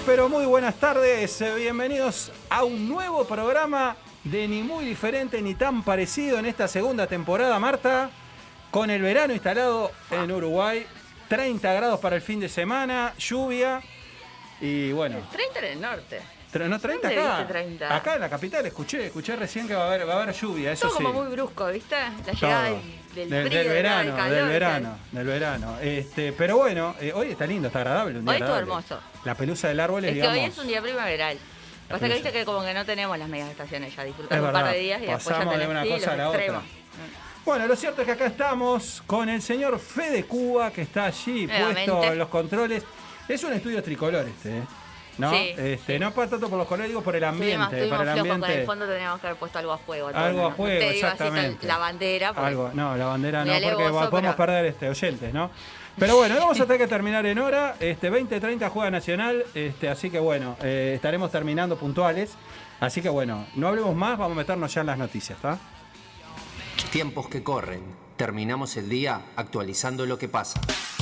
pero muy buenas tardes. Bienvenidos a un nuevo programa de ni muy diferente ni tan parecido en esta segunda temporada, Marta, con el verano instalado en Uruguay. 30 grados para el fin de semana, lluvia y bueno. 30 en el norte. No, 30 ¿Dónde acá. viste 30? Acá en la capital escuché recién que va a haber lluvia, eso todo sí. como muy brusco, ¿viste? La llegada del frío, del verano, del calor, del verano. Pero bueno, hoy está lindo, está agradable. Un día hoy es todo agradable. hermoso. La pelusa del árbol es, Es que digamos, hoy es un día primaveral. Pasa que viste que como que no tenemos las medias estaciones ya. Disfrutamos Es un par verdad, de días y después ya pasamos de tenés una sí, cosa a los la otra. extremos. Bueno, lo cierto es que acá estamos con el señor Fede Cuba, que está allí Nuevamente. puesto en los controles. Es un estudio tricolor ¿no? Sí, sí. No para tanto por los colores, digo por el ambiente. Estuvimos para el flojos, con ambiente. el fondo teníamos que haber puesto algo a juego. Algo a juego, Te digo así, exactamente. la bandera. Algo, no, la bandera muy no, porque alevoso, podemos pero- perder oyentes, ¿no? Pero bueno, vamos a tener que terminar en hora. 20:30 juega Nacional, así que bueno, estaremos terminando puntuales. Así que bueno, no hablemos más, vamos a meternos ya en las noticias, ¿está? Tiempos que corren. Terminamos el día actualizando lo que pasa.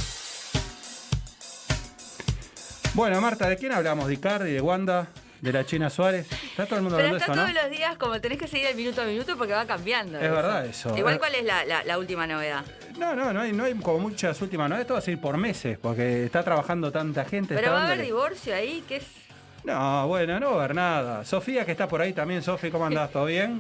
Bueno, Marta, ¿de quién hablamos? ¿De Icardi, de Wanda, de la China Suárez? Está todo el mundo Pero hablando de está eso, ¿no? todos los días como tenés que seguir el minuto a minuto porque va cambiando. Es verdad eso. Igual, ¿cuál es la última novedad? No hay como muchas últimas novedades. Esto va a seguir por meses, porque está trabajando tanta gente. Pero está va a haber dándole. divorcio ahí, que es... No, bueno, no va a haber nada. Sofía, que está por ahí también. Sofi, ¿cómo andás? ¿Todo bien?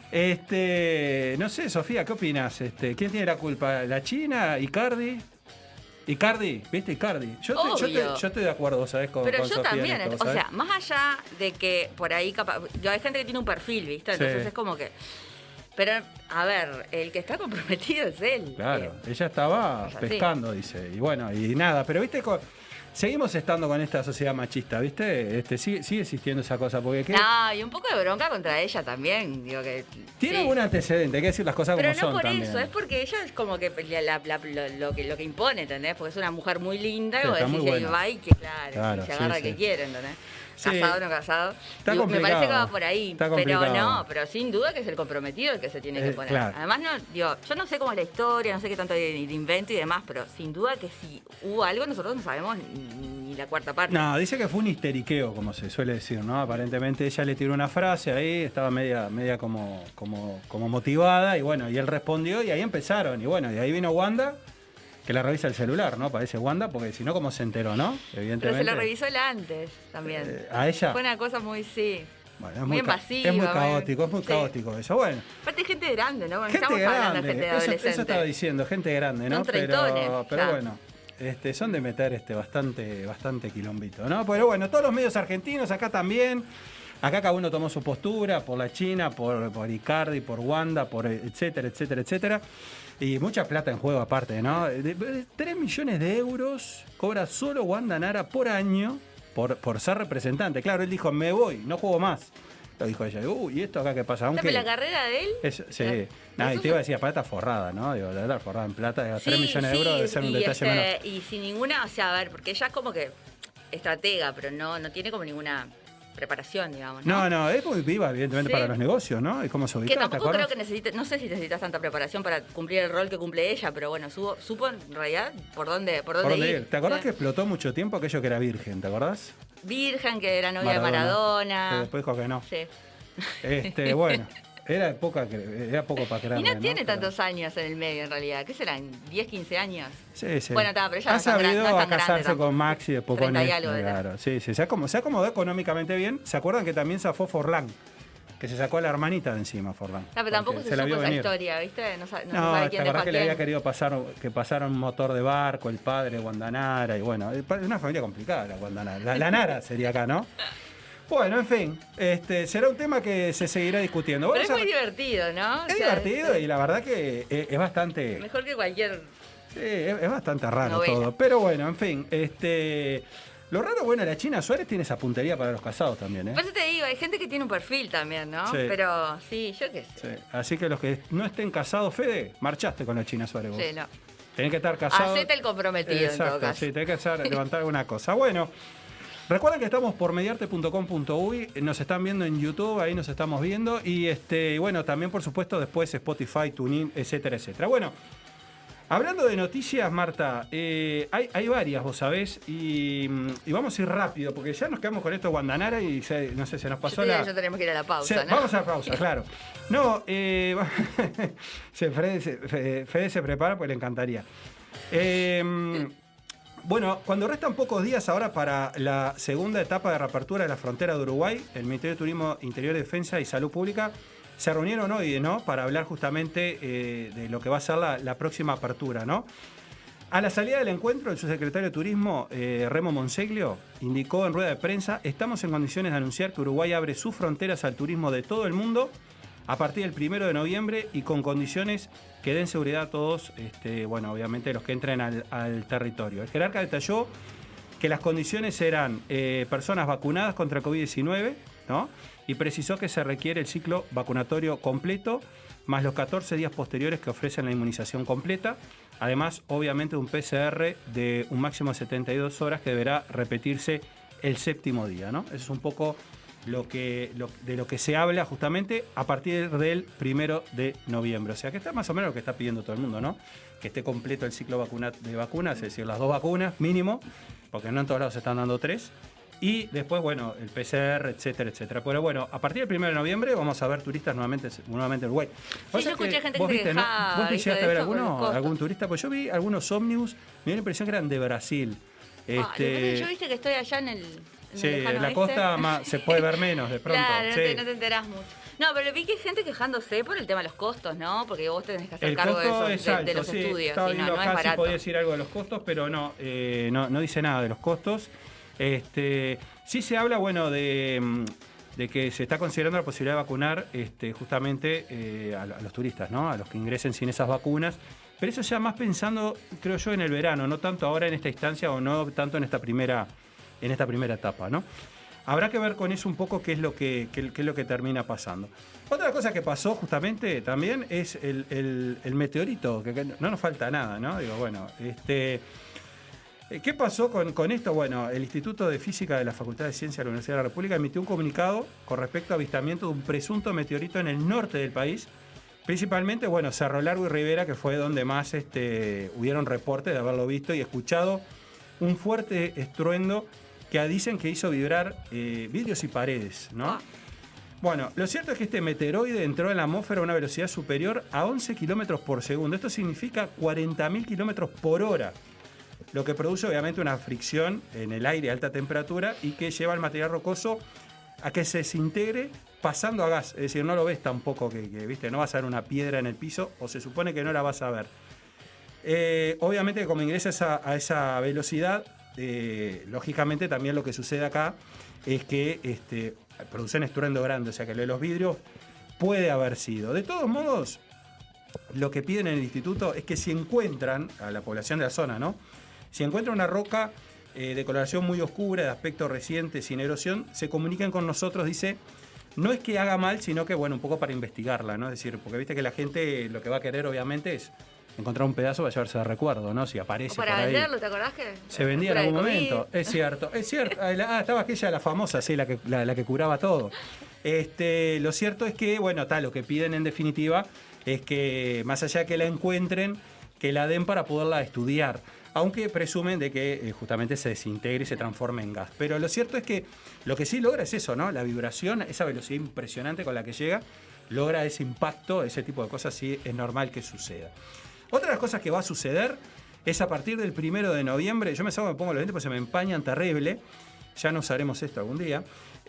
No sé, Sofía, ¿qué opinas? ¿Quién tiene la culpa? ¿La China? ¿Icardi? ¿Icardi? ¿Viste Icardi? Yo estoy de acuerdo, ¿sabes? Con Pero yo Sofía en también, esto, o ¿sabes? sea, más allá de que por ahí capaz... Hay gente que tiene un perfil, ¿viste? Entonces Sí. es como que... Pero, a ver, el que está comprometido es él. Claro, ella estaba es así. pescando, dice. Y bueno, y nada, pero viste, seguimos estando con esta sociedad machista, ¿viste? Sigue existiendo esa cosa, porque ¿qué? No, y un poco de bronca contra ella también, digo que... Tiene sí. algún antecedente, hay que decir las cosas Pero como no son por también. eso, es porque ella es como que lo que impone, ¿entendés? Porque es una mujer muy linda, Sí, y vos está decís, muy ahí buena. va y que Claro, se sí, agarra sí. que quiere, ¿entendés? Sí. Casado o no casado. Está Y me complicado. parece que va por ahí. Está Pero complicado. no, pero sin duda que es el comprometido el que se tiene que poner. Claro. Además, yo no sé cómo es la historia, no sé qué tanto de invento y demás, pero sin duda que si hubo algo, nosotros no sabemos ni la cuarta parte. No, dice que fue un histeriqueo, como se suele decir, ¿no? Aparentemente ella le tiró una frase ahí, estaba media como motivada, y bueno, y él respondió, y ahí empezaron, y bueno, y ahí vino Wanda, que la revisa el celular, ¿no? Parece Wanda, porque si no, ¿cómo se enteró, no? Evidentemente. Pero se lo revisó él antes también. ¿A ella? Fue una cosa muy, sí. Bueno, es muy invasiva. Es muy sí. caótico eso. Bueno, Aparte es gente grande, ¿no? Porque gente estamos hablando de grande, gente eso adolescente. estaba diciendo, gente grande, ¿no? Son treintones, Pero ya. bueno, son de meter bastante quilombito, ¿no? Pero bueno, todos los medios argentinos, acá también. Acá cada uno tomó su postura por la China, por Icardi, por Wanda, por etcétera, etcétera, etcétera. Y mucha plata en juego aparte, ¿no? 3 millones de euros cobra solo Wanda Nara por año por ser representante. Claro, él dijo, me voy, no juego más. Lo dijo ella. ¿Y esto acá qué pasa? Aunque ¿Pero la carrera de él? sí. Y te iba a decir, plata forrada, ¿no? Digo, la verdad, forrada en plata, 3 millones de euros debe ser un detalle menor. Y sin ninguna, o sea, a ver, porque ella es como que estratega, pero no tiene como ninguna preparación, digamos, ¿no? No, es muy viva, evidentemente, Sí. para los negocios, ¿no? Es como se ubica, Que ¿te tampoco acuerdas? creo que necesites, no sé si necesitas tanta preparación para cumplir el rol que cumple ella, pero bueno, supo en realidad por dónde ¿Por dónde ir. ir? ¿Te acordás Sí. que explotó mucho tiempo aquello que era virgen? ¿Te acordás? Virgen, que era novia de Que Maradona. después dijo que no. Sí. Bueno, era poco para creerle. Y no tiene Pero- tantos años en el medio, en realidad. ¿Qué serán? ¿10, 15 años? Sí. Bueno, pero ella ha no es tan sabido no es tan a grande casarse tampoco. con Maxi y después con 30 y él. algo de edad. Claro, sí. Se acomodó económicamente bien. ¿Se acuerdan que también zafó Forlán? Que se sacó a la hermanita de encima, Forlán. Pero tampoco Porque se la supo vio esa venir. historia, ¿viste? No se No, sabe ¿te quién acordás dejó a que le había quién. querido que pasara un motor de barco, el padre, Guandanara, y bueno, es una familia complicada la Guandanara. La Nara sería acá, ¿no? Bueno, en fin, será un tema que se seguirá discutiendo. Pero Vamos es a- muy divertido, ¿no? Es O sea, divertido y la verdad que es bastante... Mejor que cualquier... Sí, es bastante raro Novela. todo. Pero bueno, en fin, lo raro, bueno, la China Suárez tiene esa puntería para los casados también, ¿eh? Por eso te digo, hay gente que tiene un perfil también, ¿no? Sí. Pero sí, yo qué sé. Sí. Así que los que no estén casados, Fede, marchaste con la China Suárez vos. Sí, no. Tenés que estar casado. Hacete el comprometido en todo Exacto, caso. sí, tenés que levantar alguna cosa. Bueno, recuerden que estamos por mediarte.com.uy, nos están viendo en YouTube, ahí nos estamos viendo. Y bueno, también por supuesto después Spotify, TuneIn, etcétera, etcétera. Bueno, Hablando de noticias, Marta, hay varias, vos sabés, y vamos a ir rápido, porque ya nos quedamos con esto de Guandanara y no sé, se nos pasó ya tenemos que ir a la pausa, ¿no? Vamos a la pausa, claro. No, Fede se prepara porque le encantaría. Bueno, cuando restan pocos días ahora para la segunda etapa de reapertura de la frontera de Uruguay, el Ministerio de Turismo, Interior, Defensa y Salud Pública se reunieron hoy, ¿no?, para hablar justamente de lo que va a ser la próxima apertura, ¿no? A la salida del encuentro, el subsecretario de Turismo, Remo Monseglio, indicó en rueda de prensa: estamos en condiciones de anunciar que Uruguay abre sus fronteras al turismo de todo el mundo a partir del 1 de noviembre y con condiciones que den seguridad a todos, bueno, obviamente los que entren al territorio. El jerarca detalló que las condiciones serán personas vacunadas contra COVID-19, ¿no?, y precisó que se requiere el ciclo vacunatorio completo, más los 14 días posteriores que ofrecen la inmunización completa. Además, obviamente, un PCR de un máximo de 72 horas que deberá repetirse el 7º día, ¿no? Eso es un poco de lo que se habla justamente a partir del 1 de noviembre. O sea, que está más o menos lo que está pidiendo todo el mundo, ¿no? Que esté completo el ciclo de vacunas, es decir, las 2 vacunas mínimo, porque no en todos lados se están dando 3. Y después, bueno, el PCR, etcétera, etcétera. Pero bueno, a partir del 1 de noviembre vamos a ver turistas nuevamente en Uruguay. Sí, yo escuché gente que se quejaba. ¿Vos llegaste a ver algún turista? Pues yo vi algunos ómnibus, me dio la impresión que eran de Brasil. Yo viste que estoy allá en el en la costa se puede ver menos de pronto. Claro, sí. no te enterás mucho. No, pero vi que hay gente quejándose por el tema de los costos, ¿no? Porque vos tenés que hacer el cargo costo de, es alto, de los sí, estudios. Estaba Y no viendo es acá si barato. podía decir algo de los costos, pero no dice nada de los costos. Sí se habla, bueno, de que se está considerando la posibilidad de vacunar justamente a los turistas, ¿no?, a los que ingresen sin esas vacunas. Pero eso ya más pensando, creo yo, en el verano, no tanto ahora en esta instancia o no tanto en esta primera etapa, ¿no? Habrá que ver con eso un poco qué es lo que termina pasando. Otra cosa que pasó justamente también es el meteorito, que no nos falta nada, ¿no? Digo, bueno, ¿qué pasó con esto? Bueno, el Instituto de Física de la Facultad de Ciencias de la Universidad de la República emitió un comunicado con respecto a avistamiento de un presunto meteorito en el norte del país, principalmente, bueno, Cerro Largo y Rivera, que fue donde más hubieron reportes de haberlo visto y escuchado un fuerte estruendo que dicen que hizo vibrar vidrios y paredes, ¿no? Bueno, lo cierto es que este meteoroide entró en la atmósfera a una velocidad superior a 11 kilómetros por segundo. Esto significa 40.000 kilómetros por hora, lo que produce obviamente una fricción en el aire a alta temperatura y que lleva al material rocoso a que se desintegre pasando a gas. Es decir, no lo ves tampoco que ¿viste? No vas a ver una piedra en el piso, o se supone que no la vas a ver. Obviamente, como ingresa a esa velocidad, lógicamente también lo que sucede acá es que produce un estruendo grande, o sea que lo de los vidrios puede haber sido. De todos modos, lo que piden en el instituto es que si encuentran, a la población de la zona, ¿no?, si encuentran una roca de coloración muy oscura, de aspecto reciente, sin erosión, se comuniquen con nosotros, dice. No es que haga mal, sino que, bueno, un poco para investigarla, ¿no? Es decir, porque viste que la gente lo que va a querer, obviamente, es encontrar un pedazo para llevarse de recuerdo, ¿no? Si aparece para por ahí. venderlo, ¿te acordás que? Se vendía en algún momento. Es cierto. Estaba aquella, la famosa, sí, la que curaba todo. Lo cierto es que, bueno, lo que piden en definitiva es que, más allá de que la encuentren, que la den para poderla estudiar. Aunque presumen de que justamente se desintegre y se transforme en gas. Pero lo cierto es que lo que sí logra es eso, ¿no? La vibración, esa velocidad impresionante con la que llega, logra ese impacto, ese tipo de cosas, sí es normal que suceda. Otra de las cosas que va a suceder es a partir del 1 de noviembre, yo me pongo los lentes porque se me empañan terrible, ya nos haremos esto algún día.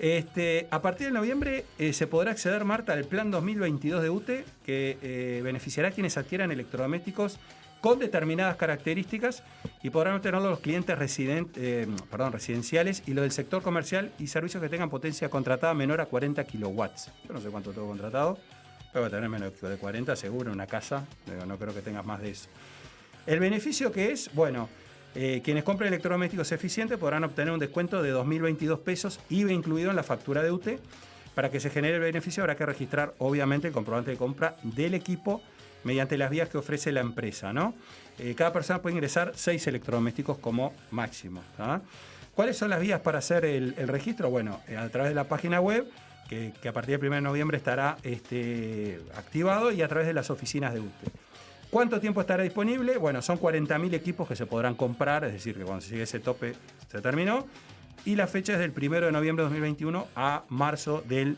A partir de noviembre se podrá acceder, Marta, al plan 2022 de UTE, que beneficiará a quienes adquieran electrodomésticos con determinadas características y podrán obtenerlo los clientes residenciales y los del sector comercial y servicios que tengan potencia contratada menor a 40 kilowatts. Yo no sé cuánto tengo contratado, pero voy a tener menos de 40 seguro en una casa, no creo que tengas más de eso. El beneficio que es, bueno, quienes compren electrodomésticos eficientes podrán obtener un descuento de 2.022 pesos, IVA incluido en la factura de UTE. Para que se genere el beneficio habrá que registrar, obviamente, el comprobante de compra del equipo mediante las vías que ofrece la empresa, ¿no? Cada persona puede ingresar 6 electrodomésticos como máximo, ¿tá? ¿Cuáles son las vías para hacer el registro? Bueno, a través de la página web, que a partir del 1 de noviembre estará activado, y a través de las oficinas de UTE. ¿Cuánto tiempo estará disponible? Bueno, son 40.000 equipos que se podrán comprar, es decir, que cuando se llegue a ese tope se terminó. Y la fecha es del 1 de noviembre de 2021 a marzo del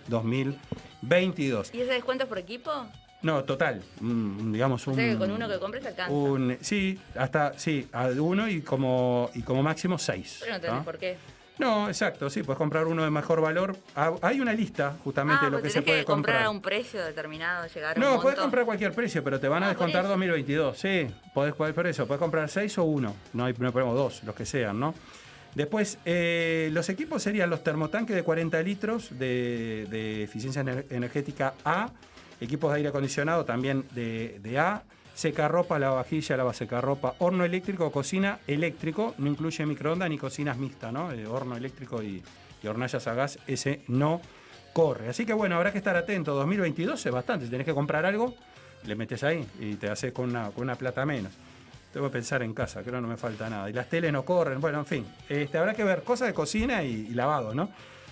2022. ¿Y ese descuento es por equipo? No, total. Digamos un. O sea que con uno que compres te alcanza. Sí, a uno y como máximo 6. Pero no tenés por qué. No, exacto, sí, puedes comprar uno de mejor valor. Hay una lista justamente de lo que se puede comprar. A un precio determinado, llegar a un No, monto. puedes comprar cualquier precio, pero te van a descontar 2022. Sí, podés por eso. Puedes comprar 6 o 1. No hay problema, 2, los que sean, ¿no? Después, los equipos serían los termotanques de 40 litros de eficiencia energética A, equipos de aire acondicionado también de A, secarropa, lavavajilla, lavasecarropa, horno eléctrico, cocina eléctrico, no incluye microondas ni cocinas mixtas, ¿no? Horno eléctrico y hornallas a gas, ese no corre. Así que bueno, habrá que estar atento. 2022 es bastante. Si tenés que comprar algo, le metes ahí y te haces con una plata menos. Tengo que pensar en casa, creo que no me falta nada. Y las teles no corren, bueno, en fin. Habrá que ver cosas de cocina y lavado, ¿no?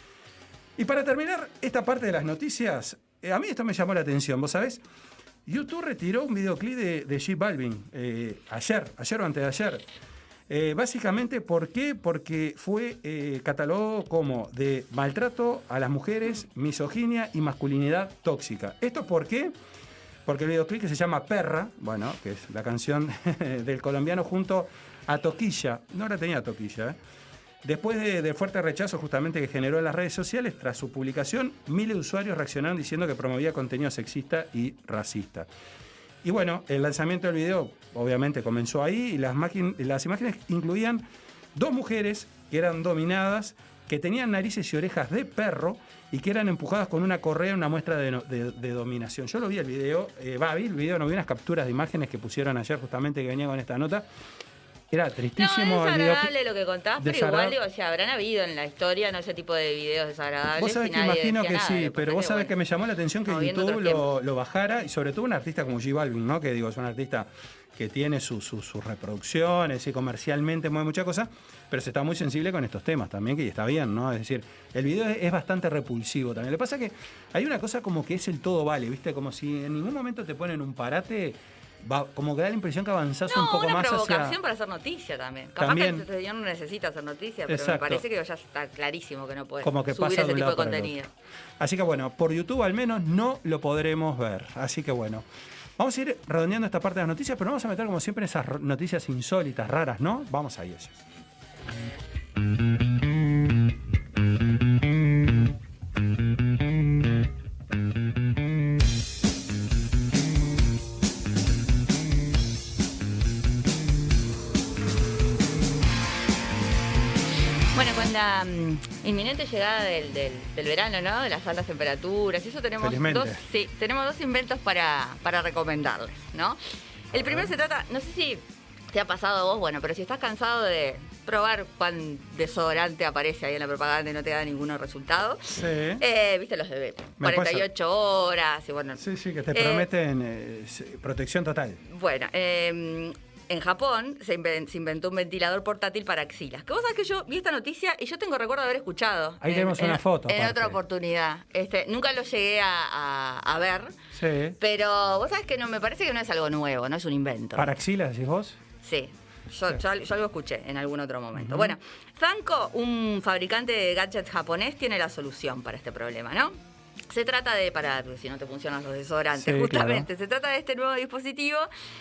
Y para terminar esta parte de las noticias, a mí esto me llamó la atención, ¿vos sabés? YouTube retiró un videoclip de J Balvin ayer o antes de ayer. Básicamente, ¿por qué? Porque fue catalogado como de maltrato a las mujeres, misoginia y masculinidad tóxica. ¿Esto por qué? Porque el videoclip que se llama Perra, bueno, que es la canción del colombiano junto a Toquilla, no la tenía Toquilla, después del fuerte rechazo justamente que generó en las redes sociales, tras su publicación, miles de usuarios reaccionaron diciendo que promovía contenido sexista y racista. Y bueno, el lanzamiento del video obviamente comenzó ahí y las imágenes incluían 2 mujeres que eran dominadas, que tenían narices y orejas de perro y que eran empujadas con una correa en una muestra de dominación. Yo lo vi el video, vi el video, no vi unas capturas de imágenes que pusieron ayer justamente que venía con esta nota. Era tristísimo. No, es desagradable lo que contás, pero igual digo, o sea, habrán habido en la historia ese tipo de videos desagradables. Vos sabés que imagino que sí, pero vos sabés que me llamó la atención que YouTube lo bajara, y sobre todo un artista como J Balvin, ¿no? Que digo, es un artista que tiene sus reproducciones y comercialmente mueve muchas cosas, pero se está muy sensible con estos temas también, que está bien, ¿no? Es decir, el video es bastante repulsivo también. Lo que pasa es que hay una cosa como que es el todo vale, ¿viste? Como si en ningún momento te ponen un parate, como que da la impresión que avanzás un poco más hacia... una provocación para hacer noticia también. Capaz que el señor no necesita hacer noticia, pero me parece que ya está clarísimo que no puede subir ese tipo de contenido. Así que bueno, por YouTube al menos no lo podremos ver. Así que bueno, vamos a ir redondeando esta parte de las noticias, pero vamos a meter como siempre en esas noticias insólitas, raras, ¿no? Vamos a ellas. Bueno, con la inminente llegada del verano, ¿no? De las altas temperaturas, y eso tenemos dos inventos para recomendarles, ¿no? El primero se trata, no sé si te ha pasado a vos, bueno, pero si estás cansado de probar cuán desodorante aparece ahí en la propaganda y no te da ningún resultado. Sí. Viste los de 48 horas y bueno. Sí, que te prometen protección total. Bueno, en Japón se inventó un ventilador portátil para axilas. Que vos sabés que yo vi esta noticia y yo tengo recuerdo de haber escuchado. Ahí tenemos una foto. En otra oportunidad. Nunca lo llegué a ver. Sí. Pero vos sabés que me parece que no es algo nuevo, no es un invento. ¿Para axilas, decís vos? Sí. Yo algo escuché en algún otro momento. Bueno, Zanko, un fabricante de gadgets japonés, tiene la solución para este problema, ¿no? Se trata de, porque si no te funcionan los desodorantes, justamente, claro. Se trata de este nuevo dispositivo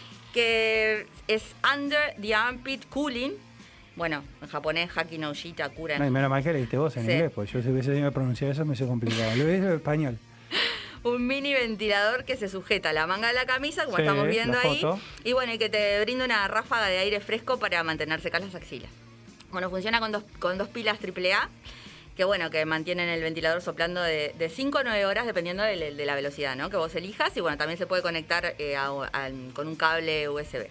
que es Under the Armpit Cooling. Bueno, en japonés, Haki no Uji Takura. No, y menos mal que leíste vos en inglés, pues yo si hubiese tenido que pronunciar eso me hubiese complicado. Lo ves en español. Un mini ventilador que se sujeta a la manga de la camisa, como estamos viendo ahí. Y bueno, y que te brinda una ráfaga de aire fresco para mantener secas las axilas. Bueno, funciona con dos pilas AAA, que bueno, que mantienen el ventilador soplando de 5 a 9 horas, dependiendo de la velocidad, ¿no? Que vos elijas. Y bueno, también se puede conectar con un cable USB.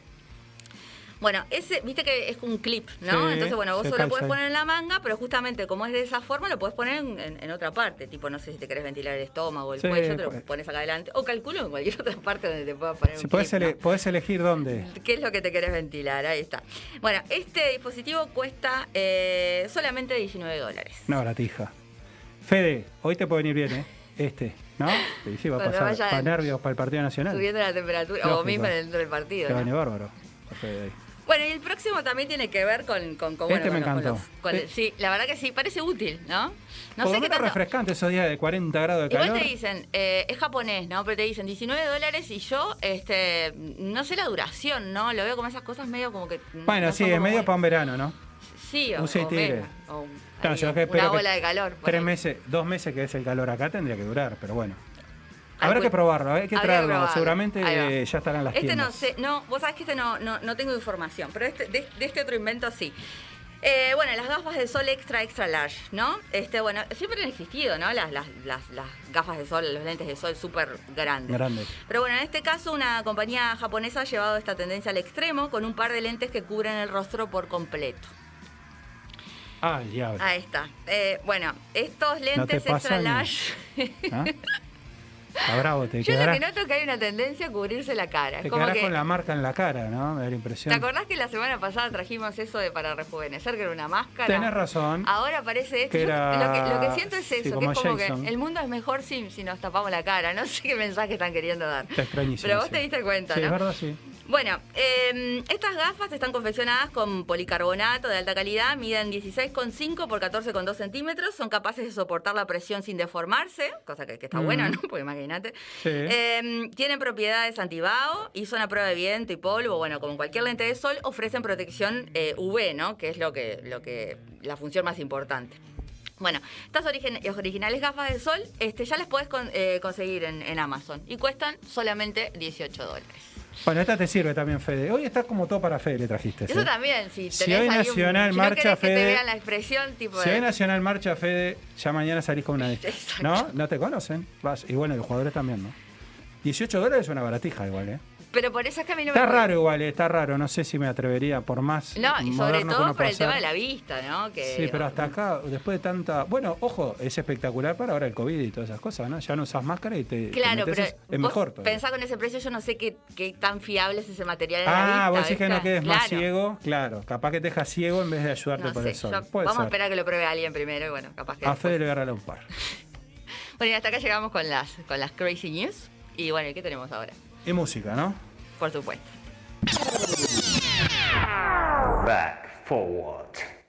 Bueno, viste que es un clip, ¿no? Sí, entonces, bueno, vos solo lo podés poner en la manga, pero justamente como es de esa forma, lo podés poner en otra parte. Tipo, no sé si te querés ventilar el estómago o el cuello, te lo pones acá adelante. O calculo en cualquier otra parte donde te puedas poner un clip, ¿no? Podés elegir dónde. ¿Qué es lo que te querés ventilar? Ahí está. Bueno, este dispositivo cuesta solamente $19. No, baratija. Fede, hoy te puede venir bien, ¿eh? ¿no? Y sí, va a pasar para nervios para el Partido Nacional. Subiendo la temperatura, lógico. O mismo dentro del partido. Que viene bárbaro. Bueno, y el próximo también tiene que ver con me encantó. Sí, la verdad que sí, parece útil, ¿no? No sé qué tanto refrescante esos días de 40 grados de calor. Igual te dicen, es japonés, ¿no? Pero te dicen $19 y yo, no sé la duración, ¿no? Lo veo como esas cosas medio como que... Bueno, sí, es medio para un verano, ¿no? Sí, o claro, yo una bola de calor. 2 meses que es el calor acá tendría que durar, pero bueno. Habrá que probarlo, hay que traerlo. Seguramente ya estarán las tiendas. No sé, vos sabés que no tengo información, pero de este otro invento sí. Bueno, las gafas de sol extra large, ¿no? Bueno, siempre han existido, ¿no? Las gafas de sol, los lentes de sol súper grandes. Pero bueno, en este caso una compañía japonesa ha llevado esta tendencia al extremo con un par de lentes que cubren el rostro por completo. Ah, diablo. Ahí está. Bueno, estos lentes extra large... ¿Ah? Está bravo, Yo lo que noto es que hay una tendencia a cubrirse la cara. Te quedarás con la marca en la cara, ¿no? Me da la impresión. ¿Te acordás que la semana pasada trajimos eso de para rejuvenecer, que era una máscara? Tenés razón. Ahora parece esto. Lo que siento es eso, que es como que el mundo es mejor si nos tapamos la cara. No sé qué mensaje están queriendo dar. Está extrañísimo. Pero vos te diste cuenta, ¿no? Sí, es verdad, sí. Bueno, estas gafas están confeccionadas con policarbonato de alta calidad, miden 16,5 por 14,2 centímetros, son capaces de soportar la presión sin deformarse, cosa que está buena, ¿no? Porque imagínate. Sí. Tienen propiedades antibaho y son a prueba de viento y polvo. Bueno, como cualquier lente de sol, ofrecen protección UV, ¿no? Que es la función más importante. Bueno, estas originales gafas de sol ya las podés conseguir en Amazon y cuestan solamente $18. Bueno, esta te sirve también, Fede. Hoy está como todo para Fede, le trajiste. Eso también, si hoy Nacional marcha, Fede. Que te vean la expresión, tipo si hoy Nacional marcha, Fede, ya mañana salís con una de estas. ¿No? ¿No te conocen? Vas. Y bueno, los jugadores también, ¿no? $18 es una baratija igual, ¿eh? Pero por eso es que a mí no está raro igual, está raro. No sé si me atrevería por más. No, y sobre todo por el tema de la vista, ¿no? Sí, pero hasta acá, después de tanta... Bueno, ojo, es espectacular para ahora el COVID y todas esas cosas, ¿no? Ya no usas máscara y claro, pero es mejor. Pensá con ese precio, yo no sé qué tan fiable es ese material en la vista. Vos decís que no quedes más ciego. Claro, capaz que te dejas ciego en vez de ayudarte por el sol. Vamos a esperar que lo pruebe alguien primero y bueno, capaz que... A Fede le voy a regalar un par. Bueno, y hasta acá llegamos con las Crazy News. Y bueno, ¿qué tenemos ahora? Y música, ¿no? Por supuesto. Back forward.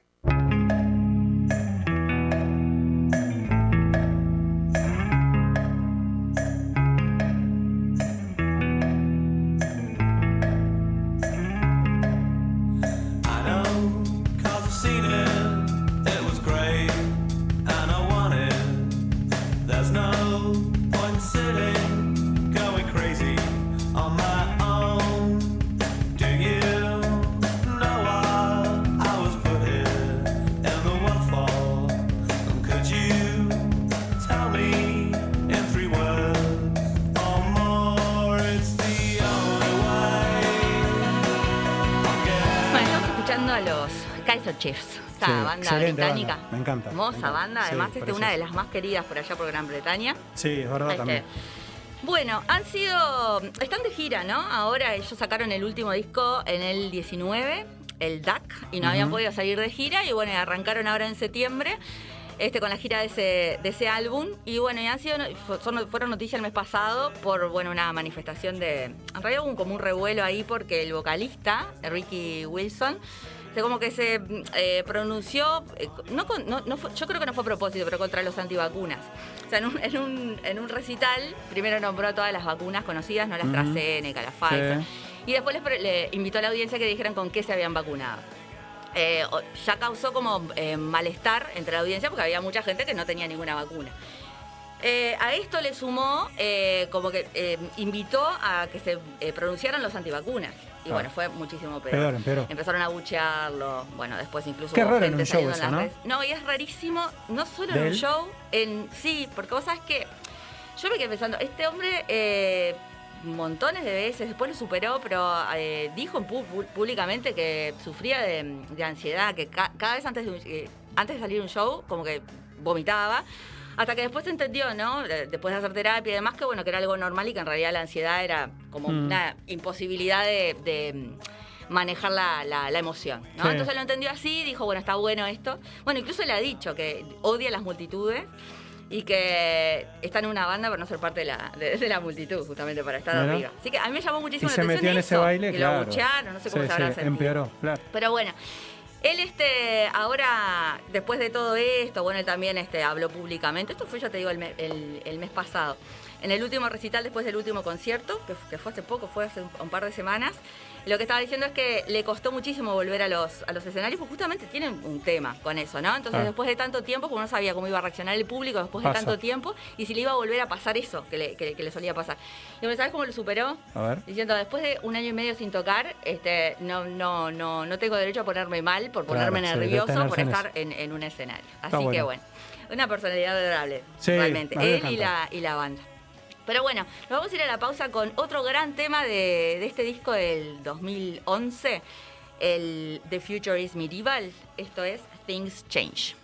Chiefs, esta banda británica. Me encanta. Hermosa banda, además sí, una de las más queridas por allá por Gran Bretaña. Sí, es verdad también. Bueno, están de gira, ¿no? Ahora ellos sacaron el último disco en el 19, el Duck, y no habían podido salir de gira, y bueno, arrancaron ahora en septiembre. Con la gira de ese álbum, y bueno, fueron noticias el mes pasado por una manifestación en realidad hubo como un revuelo ahí porque el vocalista, Ricky Wilson, como que se pronunció, yo creo que no fue a propósito, pero contra los antivacunas. O sea, en un recital, primero nombró todas las vacunas conocidas, no las AstraZeneca, las Pfizer, y después le invitó a la audiencia que dijeran con qué se habían vacunado. Ya causó como malestar entre la audiencia porque había mucha gente que no tenía ninguna vacuna. A esto le sumó como que invitó a que se pronunciaran los antivacunas. Y bueno, fue muchísimo peor. Empezaron a buchearlo. Bueno, después incluso hubo gente saliendo en las redes. No, y es rarísimo, no solo en un show, sí, porque vos sabés que yo me quedé pensando, este hombre montones de veces, después lo superó, pero dijo públicamente que sufría de ansiedad, que cada vez antes de salir un show, como que vomitaba. Hasta que después se entendió, ¿no? Después de hacer terapia y demás, que bueno, que era algo normal y que en realidad la ansiedad era como una imposibilidad de manejar la emoción, ¿no? Sí. Entonces lo entendió así, dijo, bueno, está bueno esto. Bueno, incluso le ha dicho que odia las multitudes. y que está en una banda para no ser parte de la multitud, justamente para estar arriba. Así que a mí me llamó muchísimo la atención. Se metió en ese baile, que claro. lo buchearon, no sé cómo se habrá sentido. Empeoró, claro. Pero bueno, él ahora, después de todo esto, bueno, él también habló públicamente. Esto fue, ya te digo, el mes pasado. En el último recital, después del último concierto, que fue hace poco, fue hace un par de semanas, lo que estaba diciendo es que le costó muchísimo volver a los escenarios, porque justamente tienen un tema con eso, ¿no? Entonces, después de tanto tiempo, como no sabía cómo iba a reaccionar el público después de tanto tiempo, y si le iba a volver a pasar eso que le solía pasar. Y ¿sabes cómo lo superó? A ver. Diciendo, después de 1 año y medio sin tocar, no tengo derecho a ponerme mal por ponerme nervioso por estar en un escenario. Así que bueno, una personalidad adorable, realmente. Él y la banda. Pero bueno, nos vamos a ir a la pausa con otro gran tema de este disco del 2011, el The Future is Medieval. Esto es Things Change.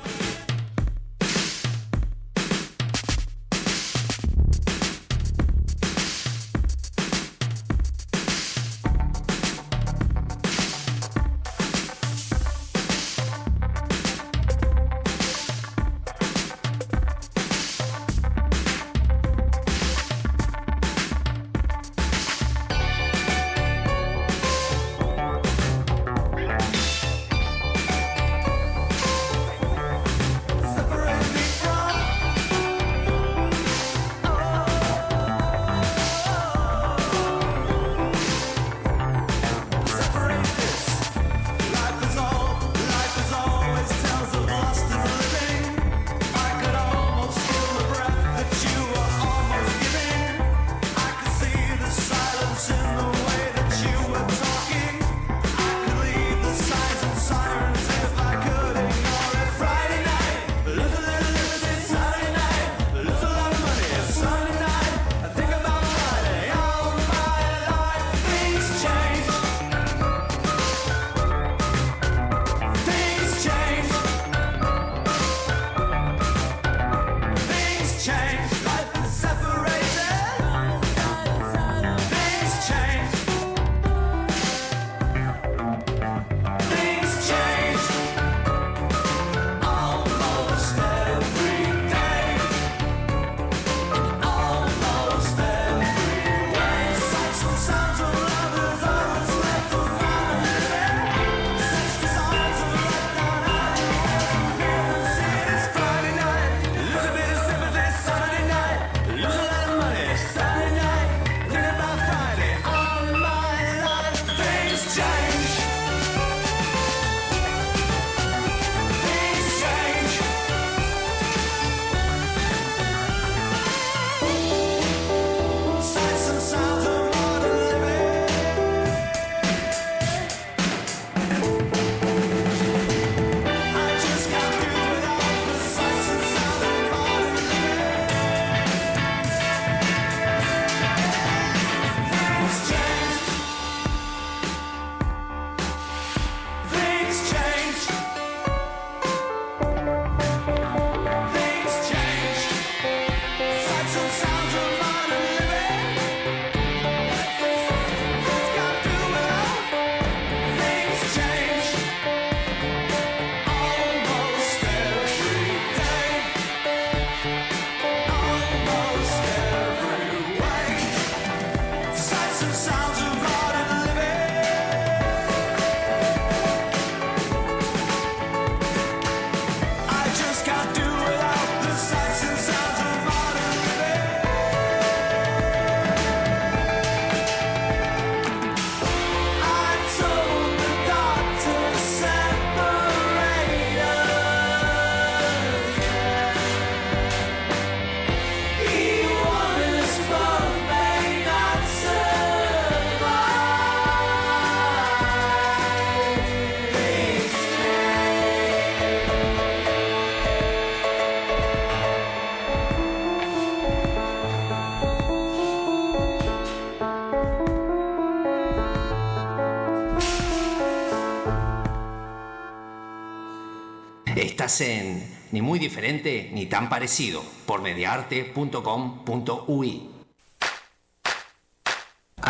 Estás en Ni Muy Diferente Ni Tan Parecido por mediaarte.com.ui.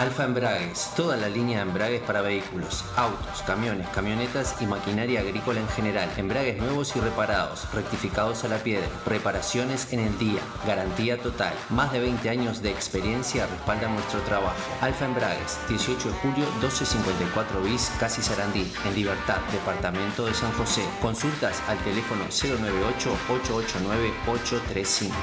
Alfa Embragues, toda la línea de embragues para vehículos, autos, camiones, camionetas y maquinaria agrícola en general. Embragues nuevos y reparados, rectificados a la piedra, reparaciones en el día, garantía total. Más de 20 años de experiencia respaldan nuestro trabajo. Alfa Embragues, 18 de julio, 1254 bis, Casi Sarandí, en Libertad, departamento de San José. Consultas al teléfono 098-889-835.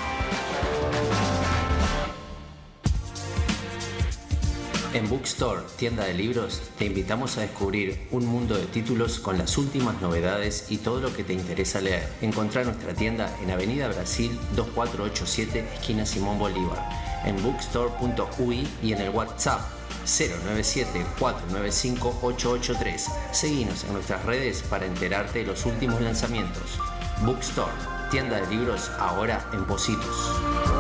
En Bookstore, tienda de libros, te invitamos a descubrir un mundo de títulos con las últimas novedades y todo lo que te interesa leer. Encontrá nuestra tienda en Avenida Brasil 2487, esquina Simón Bolívar, en bookstore.ui y en el WhatsApp 097-495-883. Seguinos en nuestras redes para enterarte de los últimos lanzamientos. Bookstore, tienda de libros ahora en Pocitos.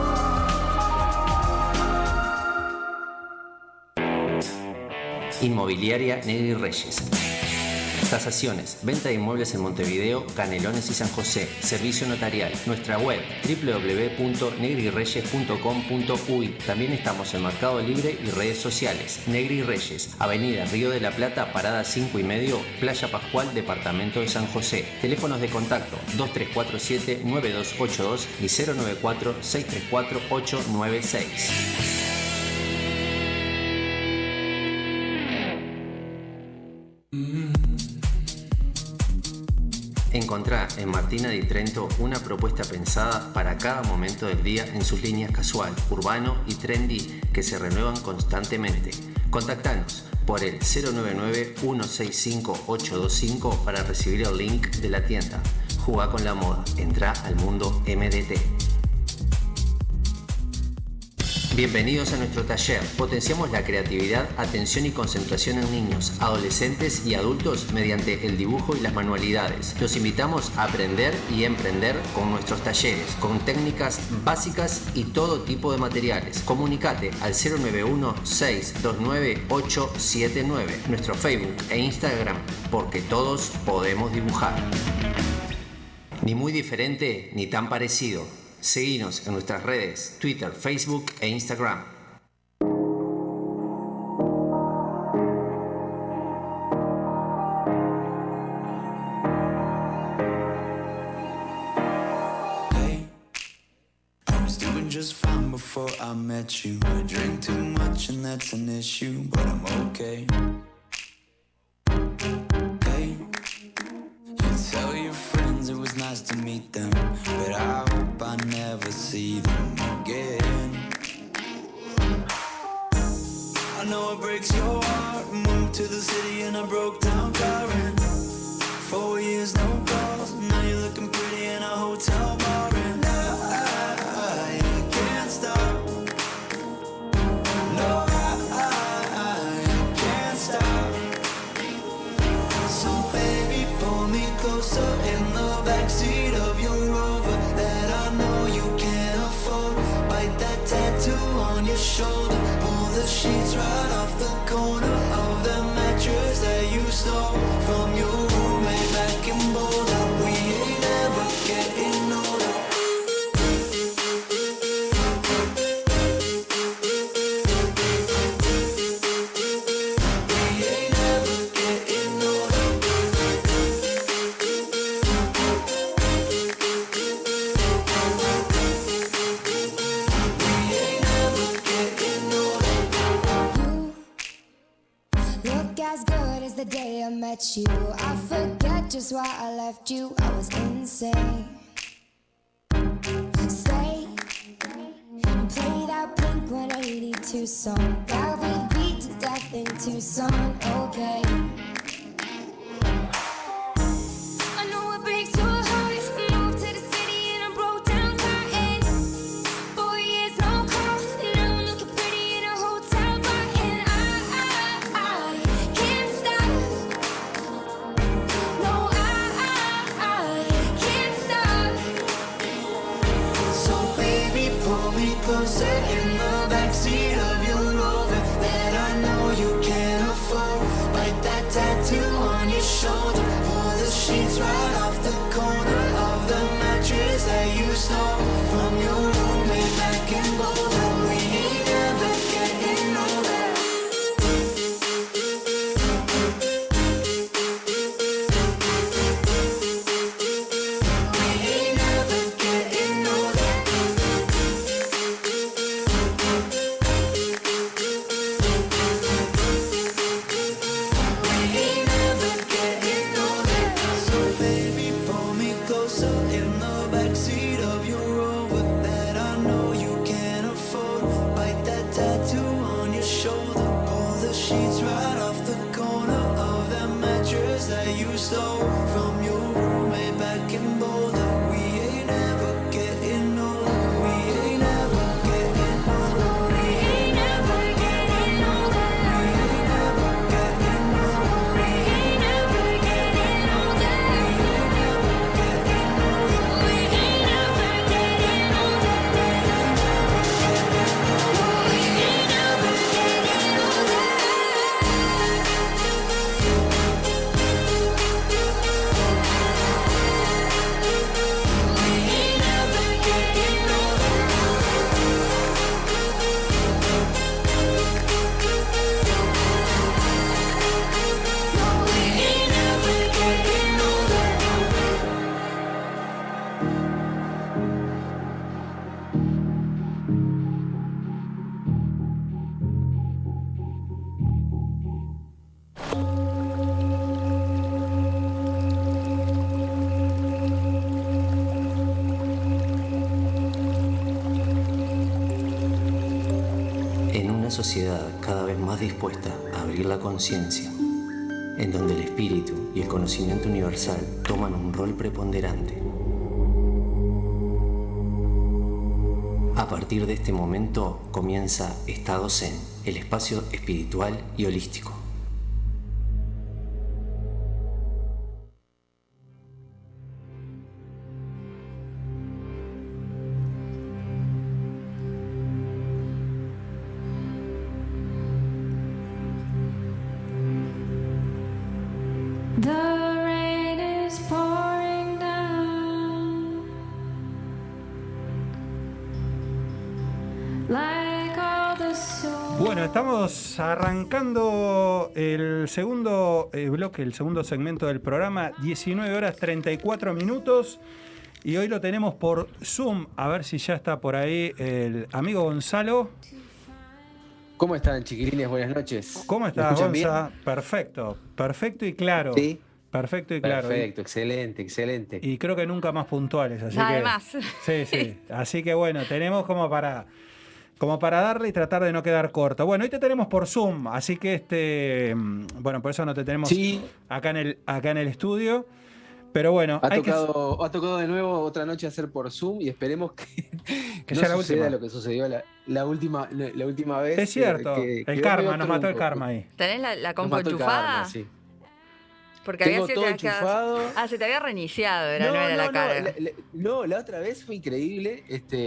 Inmobiliaria Negri Reyes. Tasaciones, venta de inmuebles en Montevideo, Canelones y San José. Servicio notarial. Nuestra web www.negrireyes.com.uy. También estamos en Mercado Libre y redes sociales. Negri Reyes, Avenida Río de la Plata, Parada 5 y medio, Playa Pascual, Departamento de San José. Teléfonos de contacto 2347-9282 y 094-634-896. Encontrá en Martina di Trento una propuesta pensada para cada momento del día en sus líneas casual, urbano y trendy que se renuevan constantemente. Contactanos por el 099-165-825 para recibir el link de la tienda. Jugá con la moda, entrá al mundo MDT. Bienvenidos a nuestro taller. Potenciamos la creatividad, atención y concentración en niños, adolescentes y adultos mediante el dibujo y las manualidades. Los invitamos a aprender y emprender con nuestros talleres, con técnicas básicas y todo tipo de materiales. Comunicate al 091-629-879, nuestro Facebook e Instagram, porque todos podemos dibujar. Ni muy diferente ni tan parecido. Seguinos en nuestras redes, Twitter, Facebook e Instagram. Hey, I was doing just fine before I met you. I drink too much and that's an issue, but I'm okay. Hey, you tell your friends it was nice to meet them, but I hope I never see them again. I know it breaks your heart. Moved to the city and I broke down crying. 4 years, no calls. Now you're looking pretty in a hotel bar, and I can't stop. No, I can't stop. So baby, pull me closer in the backseat of your Rover that I know you can't afford. Bite that tattoo on your shoulder. Pull the sheets right off the corner of the mattress that you stole from your roommate back in Boulder. We ain't ever getting older. We ain't ever getting older. Look as good as the day I met you. I forget just why I left you. I was insane. Stay and play that Blink 182 song that we beat to death in Tucson. Okay. I know it breaks your heart. Moved to the city and I broke down crying. 4 years, no call. Now I'm looking pretty in a hotel bar, and I can't stop. No, I can't stop. So baby, pull me closer in the backseat of your Rover that I know you can't afford. una sociedad cada vez más dispuesta a abrir la conciencia, en donde el espíritu y el conocimiento universal toman un rol preponderante. A partir de este momento comienza Estado Zen, el espacio espiritual y holístico. Bueno, estamos arrancando el segundo bloque, el segundo segmento del programa, 19 horas 34 minutos, y hoy lo tenemos por Zoom. A ver si ya está por ahí el amigo Gonzalo. ¿Cómo están, chiquilines? Buenas noches. ¿Cómo estás, Gonza? Perfecto, perfecto y claro. Sí. Perfecto y claro. Perfecto, excelente, excelente. Y creo que nunca más puntuales, así Nada que más. Sí, sí. Así que bueno, tenemos como para darle y tratar de no quedar corto. Bueno, hoy te tenemos por Zoom, así que bueno, por eso no te tenemos acá en el estudio. Pero bueno, ha tocado de nuevo otra noche hacer por Zoom y esperemos que no sea la suceda última. lo que sucedió la última vez. Es cierto, el karma, nos mató el karma ahí. ¿Tenés la compu Nos mató el enchufada? karma, sí. Porque Tengo había todo sido que enchufado. se te había reiniciado, no era la carga. La otra vez fue increíble.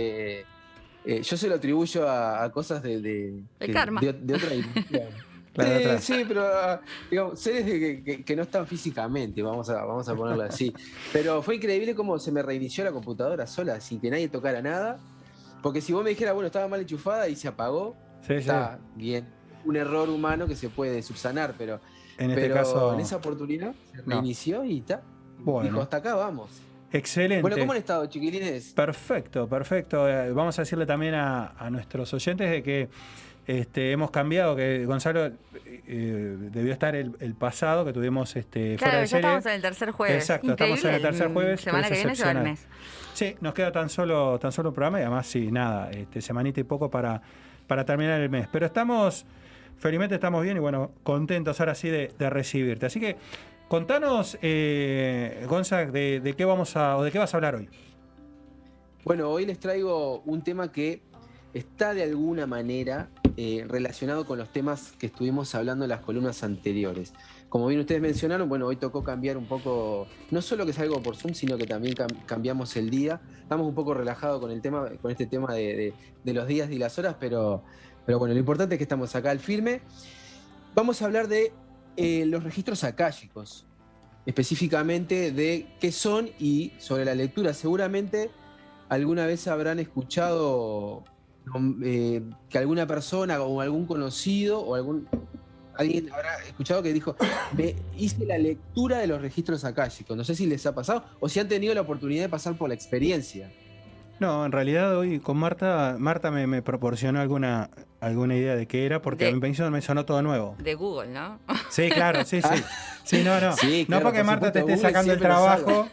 Yo se lo atribuyo a cosas El karma. de otra dimensión. Claro, Sí, pero digamos, seres que no están físicamente, vamos a ponerlo así. Pero fue increíble cómo se me reinició la computadora sola, sin que nadie tocara nada. Porque si vos me dijeras, bueno, estaba mal enchufada y se apagó, está bien. Un error humano que se puede subsanar, pero en este caso, en esa oportunidad se reinició y está. Bueno. Dijo, hasta acá vamos. Excelente. Bueno, ¿cómo han estado, chiquilines? Perfecto. Vamos a decirle también a nuestros oyentes de que hemos cambiado, que Gonzalo debió estar el pasado, que tuvimos fuera de ya serie. estamos en el tercer jueves. Exacto, estamos en el tercer jueves. Semana que viene se va el mes. Sí, nos queda tan solo un programa y además semanita y poco para terminar el mes. Pero felizmente estamos bien y bueno, contentos ahora sí de recibirte. Así que contanos, Gonza, de qué vas a hablar hoy. Bueno, hoy les traigo un tema que está de alguna manera relacionado con los temas que estuvimos hablando en las columnas anteriores. Como bien ustedes mencionaron, bueno, hoy tocó cambiar un poco, no solo que salgo por Zoom, sino que también cambiamos el día. Estamos un poco relajados con este tema de los días y las horas, pero bueno, lo importante es que estamos acá al firme. Vamos a hablar de los registros akáshicos, específicamente de qué son y sobre la lectura. Seguramente alguna vez habrán escuchado que alguna persona o algún conocido o alguien habrá escuchado que dijo, me hice la lectura de los registros akáshicos. No sé si les ha pasado o si han tenido la oportunidad de pasar por la experiencia. No, en realidad hoy con Marta me proporcionó alguna idea de qué era, porque a mí me sonó todo nuevo. De Google, ¿no? Sí, claro, sí. Sí, no. Sí, claro, no porque por Marta supuesto, te esté Google sacando el siempre lo trabajo.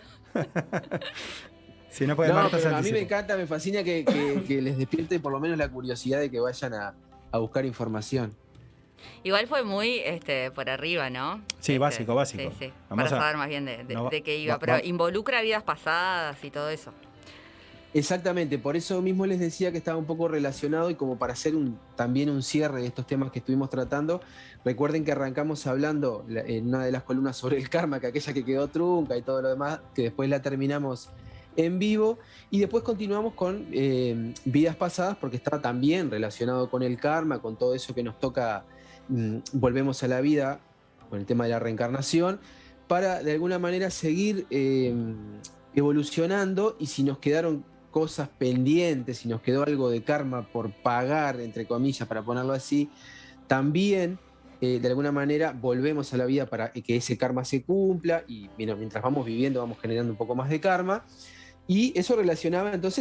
Si no, porque Marta pero se a mí me anticipó. encanta, me fascina que les despierte por lo menos la curiosidad de que vayan a buscar información. Igual fue muy por arriba, ¿no? Sí, básico. Sí. Vamos Para a- saber más bien de qué iba. va- Pero va- involucra vidas pasadas y todo eso. Exactamente, por eso mismo les decía que estaba un poco relacionado y como para hacer también un cierre de estos temas que estuvimos tratando, recuerden que arrancamos hablando en una de las columnas sobre el karma, que aquella que quedó trunca y todo lo demás, que después la terminamos en vivo y después continuamos con vidas pasadas porque estaba también relacionado con el karma, con todo eso que nos toca, volvemos a la vida, con el tema de la reencarnación, para de alguna manera seguir evolucionando y si nos quedaron cosas pendientes, si nos quedó algo de karma por pagar, entre comillas, para ponerlo así, también de alguna manera volvemos a la vida para que ese karma se cumpla y mientras vamos viviendo vamos generando un poco más de karma y eso relacionaba entonces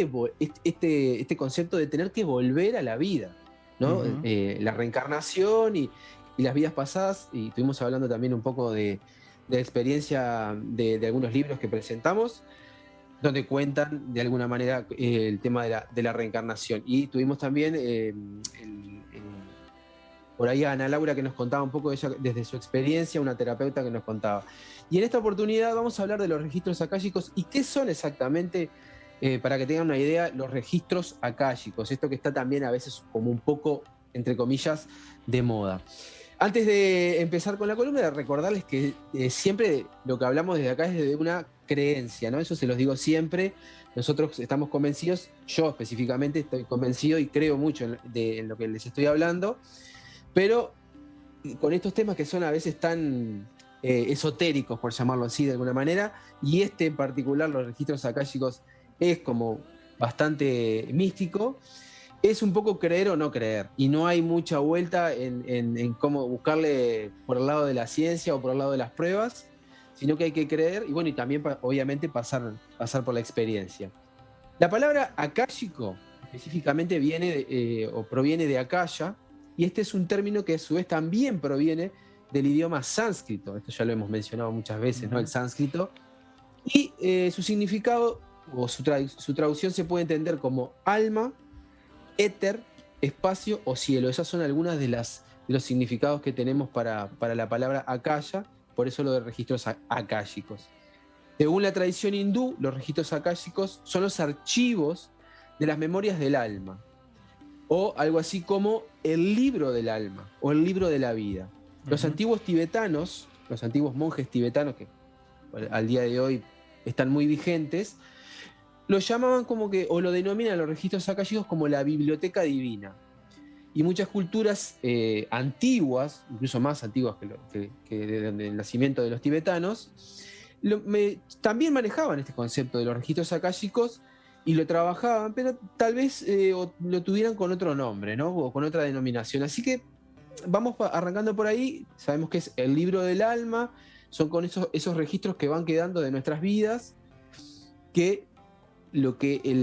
este concepto de tener que volver a la vida, ¿no? Ujú. La reencarnación y las vidas pasadas y estuvimos hablando también un poco de experiencia de algunos libros que presentamos donde cuentan de alguna manera el tema de la reencarnación. Y tuvimos también por ahí a Ana Laura que nos contaba un poco de ella desde su experiencia, una terapeuta que nos contaba. Y en esta oportunidad vamos a hablar de los registros akáshicos y qué son exactamente, para que tengan una idea, los registros akáshicos. Esto que está también a veces como un poco, entre comillas, de moda. Antes de empezar con la columna, recordarles que siempre lo que hablamos desde acá es de una creencia, ¿no? Eso se los digo siempre. Nosotros estamos convencidos, yo específicamente estoy convencido y creo mucho en lo que les estoy hablando, pero con estos temas que son a veces tan esotéricos, por llamarlo así de alguna manera, y este en particular, los registros akáshicos, es como bastante místico. Es un poco creer o no creer, y no hay mucha vuelta en cómo buscarle por el lado de la ciencia o por el lado de las pruebas, sino que hay que creer y bueno, y también obviamente pasar por la experiencia. La palabra akáshico específicamente viene o proviene de Akasha, y este es un término que a su vez también proviene del idioma sánscrito. Esto ya lo hemos mencionado muchas veces, ¿no? El sánscrito. Y su significado o su traducción se puede entender como alma, éter, espacio o cielo. Esas son algunas de los significados que tenemos para la palabra Akasha, por eso lo de registros akáshicos. Según la tradición hindú, los registros akáshicos son los archivos de las memorias del alma, o algo así como el libro del alma, o el libro de la vida. Los antiguos tibetanos, los antiguos monjes tibetanos, que al día de hoy están muy vigentes, lo llamaban como que, o lo denominan los registros akáshicos como la biblioteca divina. Y muchas culturas antiguas, incluso más antiguas que desde el nacimiento de los tibetanos, también manejaban este concepto de los registros akáshicos y lo trabajaban, pero tal vez lo tuvieran con otro nombre, ¿no? O con otra denominación. Así que vamos arrancando por ahí. Sabemos que es el libro del alma, son con esos registros que van quedando de nuestras vidas, que lo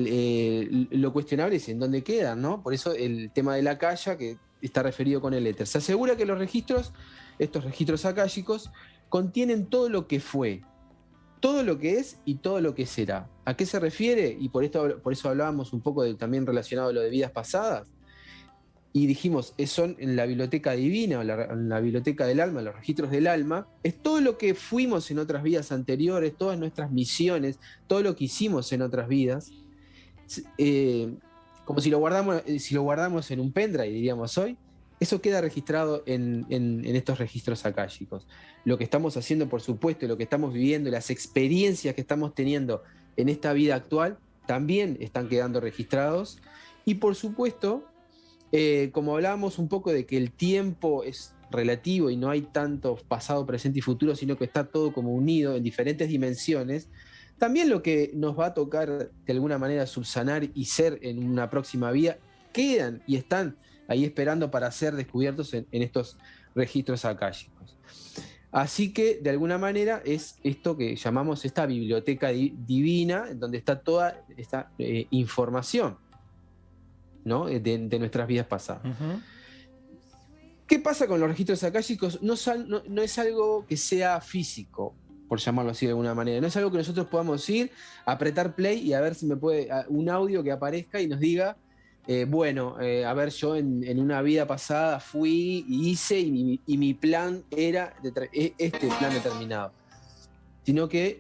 cuestionable es en dónde quedan, ¿no? Por eso el tema de la akasha, que está referido con el éter. Se asegura que estos registros akáshicos, contienen todo lo que fue, todo lo que es y todo lo que será. ¿A qué se refiere? Y por eso hablábamos un poco también relacionado a lo de vidas pasadas. Y dijimos, son en la biblioteca divina, o en la biblioteca del alma, los registros del alma, es todo lo que fuimos en otras vidas anteriores, todas nuestras misiones, todo lo que hicimos en otras vidas, como si lo guardamos en un pendrive, diríamos hoy, eso queda registrado en estos registros akáshicos. Lo que estamos haciendo, por supuesto, lo que estamos viviendo, las experiencias que estamos teniendo en esta vida actual, también están quedando registrados. Y por supuesto, como hablábamos un poco de que el tiempo es relativo y no hay tanto pasado, presente y futuro, sino que está todo como unido en diferentes dimensiones, también lo que nos va a tocar de alguna manera subsanar y ser en una próxima vida, quedan y están ahí esperando para ser descubiertos en estos registros akáshicos. Así que de alguna manera es esto que llamamos esta biblioteca divina, donde está toda esta información, ¿no? de nuestras vidas pasadas. ¿Qué pasa con los registros akáshicos? No es algo que sea físico, por llamarlo así de alguna manera. No es algo que nosotros podamos ir, apretar play y a ver si me puede un audio que aparezca y nos diga, a ver, yo en una vida pasada fui y hice y mi plan era este plan determinado. Sino que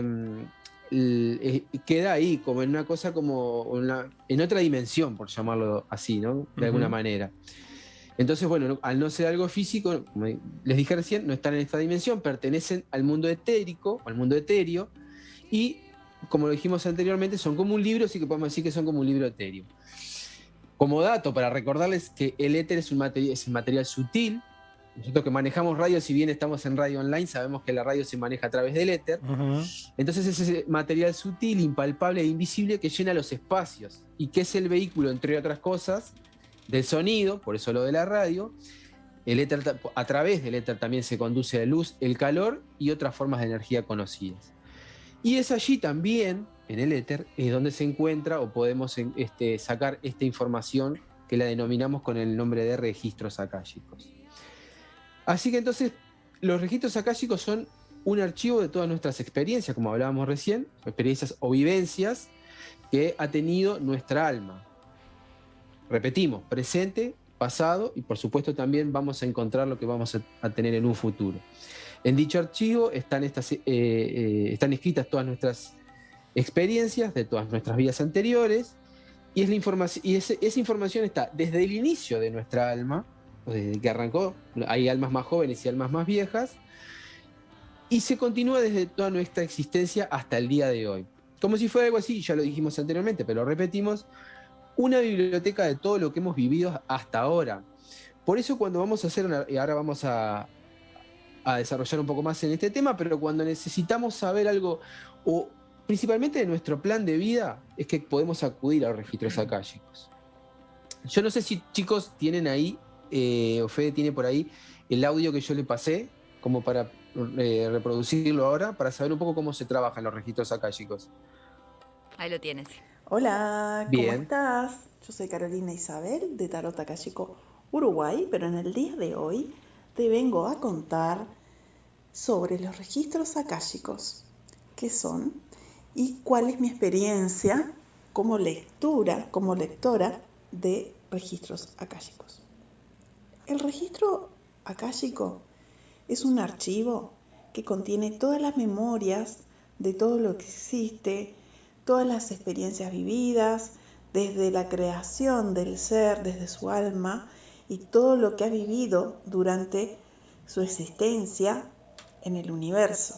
queda ahí, como en una cosa en otra dimensión, por llamarlo así, ¿no? De alguna manera. Entonces, bueno, al no ser algo físico, como les dije recién, no están en esta dimensión, pertenecen al mundo etérico, al mundo etéreo, y como lo dijimos anteriormente, son como un libro, así que podemos decir que son como un libro etéreo. Como dato, para recordarles que el éter es un material sutil. Nosotros que manejamos radio, si bien estamos en radio online, sabemos que la radio se maneja a través del éter. Entonces es ese material sutil, impalpable e invisible que llena los espacios y que es el vehículo, entre otras cosas, del sonido, por eso lo de la radio. El éter, a través del éter también se conduce la luz, el calor y otras formas de energía conocidas. Y es allí también, en el éter, es donde se encuentra o podemos sacar esta información que la denominamos con el nombre de registros akáshicos. Así que entonces los registros akáshicos son un archivo de todas nuestras experiencias, como hablábamos recién, experiencias o vivencias que ha tenido nuestra alma. Repetimos, presente pasado y por supuesto también vamos a encontrar lo que vamos a tener en un futuro. En dicho archivo están escritas todas nuestras experiencias de todas nuestras vidas anteriores y esa información está desde el inicio de nuestra alma, desde que arrancó, hay almas más jóvenes y almas más viejas, y se continúa desde toda nuestra existencia hasta el día de hoy. Como si fuera algo así, ya lo dijimos anteriormente, pero lo repetimos, una biblioteca de todo lo que hemos vivido hasta ahora. Por eso cuando vamos a hacer, y ahora vamos a desarrollar un poco más en este tema, pero cuando necesitamos saber algo, o principalmente de nuestro plan de vida, es que podemos acudir a los registros akáshicos. Yo no sé si chicos tienen ahí, o Fede tiene por ahí, el audio que yo le pasé, como para reproducirlo ahora, para saber un poco cómo se trabajan los registros akáshicos. Ahí lo tienes. Hola, Bien. ¿cómo estás? Yo soy Carolina Isabel de Tarot Akashico Uruguay, pero en el día de hoy te vengo a contar sobre los registros akáshicos, qué son y cuál es mi experiencia como lectora de registros akáshicos. El registro akáshico es un archivo que contiene todas las memorias de todo lo que existe, todas las experiencias vividas, desde la creación del ser, desde su alma, y todo lo que ha vivido durante su existencia en el universo.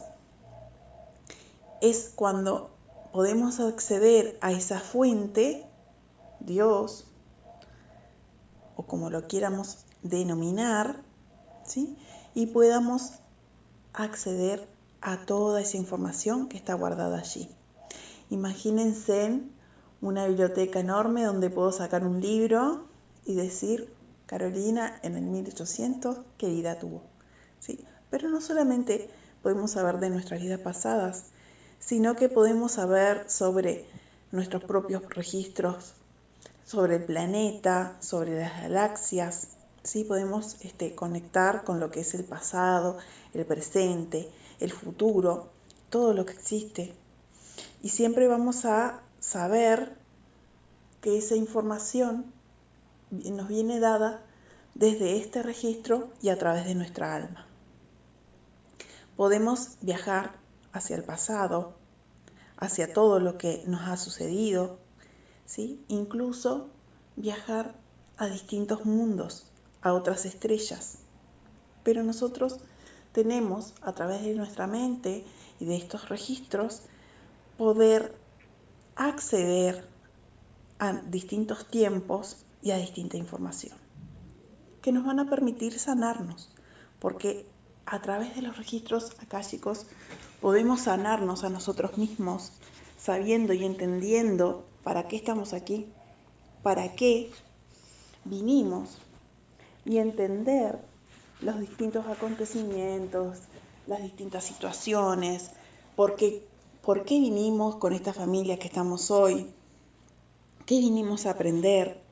Es cuando podemos acceder a esa fuente, Dios, o como lo quieramos denominar, ¿sí? Y podamos acceder a toda esa información que está guardada allí. Imagínense una biblioteca enorme donde puedo sacar un libro y decir, Carolina, en el 1800, ¿qué vida tuvo? ¿Sí? Pero no solamente podemos saber de nuestras vidas pasadas, sino que podemos saber sobre nuestros propios registros, sobre el planeta, sobre las galaxias. ¿Sí? Podemos conectar con lo que es el pasado, el presente, el futuro, todo lo que existe. Y siempre vamos a saber que esa información nos viene dada desde este registro y a través de nuestra alma. Podemos viajar hacia el pasado, hacia todo lo que nos ha sucedido, ¿sí? Incluso viajar a distintos mundos, a otras estrellas. Pero nosotros tenemos, a través de nuestra mente y de estos registros, poder acceder a distintos tiempos y a distinta información que nos van a permitir sanarnos, porque a través de los registros akáshicos podemos sanarnos a nosotros mismos, sabiendo y entendiendo para qué estamos aquí, para qué vinimos, y entender los distintos acontecimientos, las distintas situaciones, por qué vinimos con esta familia que estamos hoy, qué vinimos a aprender,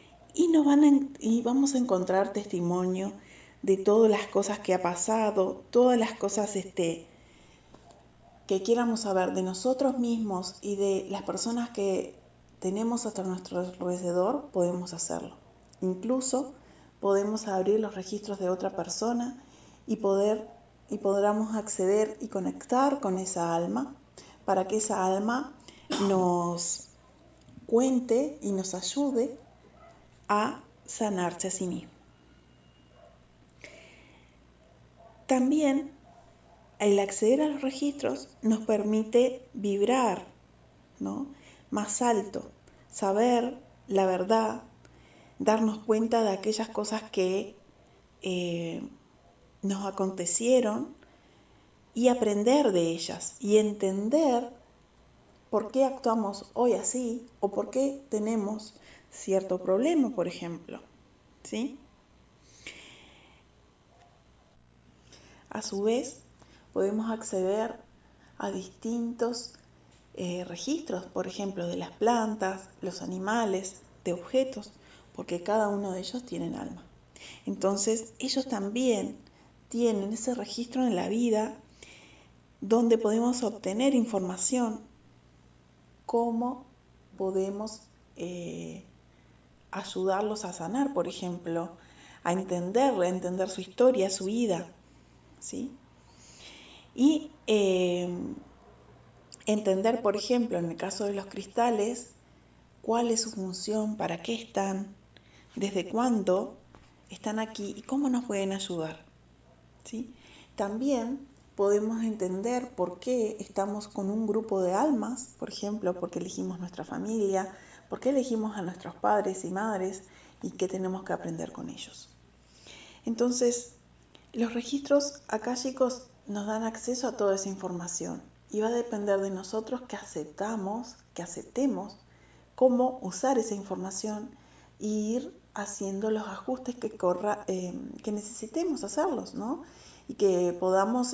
y vamos a encontrar testimonio de todas las cosas que ha pasado, todas las cosas que quieramos saber de nosotros mismos y de las personas que tenemos hasta nuestro alrededor, podemos hacerlo. Incluso podemos abrir los registros de otra persona y podamos acceder y conectar con esa alma para que esa alma nos cuente y nos ayude a sanarse a sí mismo. También el acceder a los registros nos permite vibrar, ¿no? Más alto, saber la verdad, darnos cuenta de aquellas cosas que nos acontecieron y aprender de ellas y entender por qué actuamos hoy así o por qué tenemos cierto problema, por ejemplo, ¿sí? A su vez, podemos acceder a distintos registros, por ejemplo, de las plantas, los animales, de objetos, porque cada uno de ellos tienen alma. Entonces, ellos también tienen ese registro en la vida donde podemos obtener información, cómo podemos ayudarlos a sanar, por ejemplo, a entender su historia, su vida, ¿sí? Y entender, por ejemplo, en el caso de los cristales, cuál es su función, para qué están, desde cuándo están aquí y cómo nos pueden ayudar, ¿sí? También podemos entender por qué estamos con un grupo de almas, por ejemplo, por qué elegimos nuestra familia, por qué elegimos a nuestros padres y madres y qué tenemos que aprender con ellos. Entonces, los registros akáshicos nos dan acceso a toda esa información y va a depender de nosotros que aceptemos cómo usar esa información e ir haciendo los ajustes que necesitemos hacerlos, ¿no? Y que podamos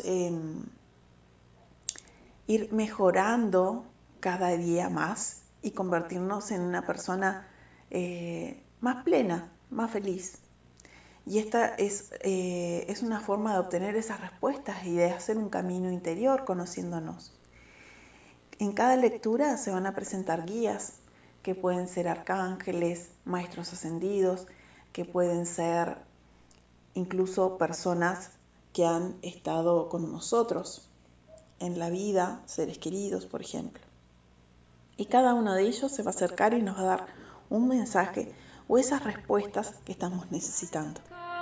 ir mejorando cada día más y convertirnos en una persona más plena, más feliz. Y esta es una forma de obtener esas respuestas y de hacer un camino interior conociéndonos. En cada lectura se van a presentar guías que pueden ser arcángeles, maestros ascendidos, que pueden ser incluso personas que han estado con nosotros en la vida, seres queridos, por ejemplo. Y cada uno de ellos se va a acercar y nos va a dar un mensaje o esas respuestas que estamos necesitando.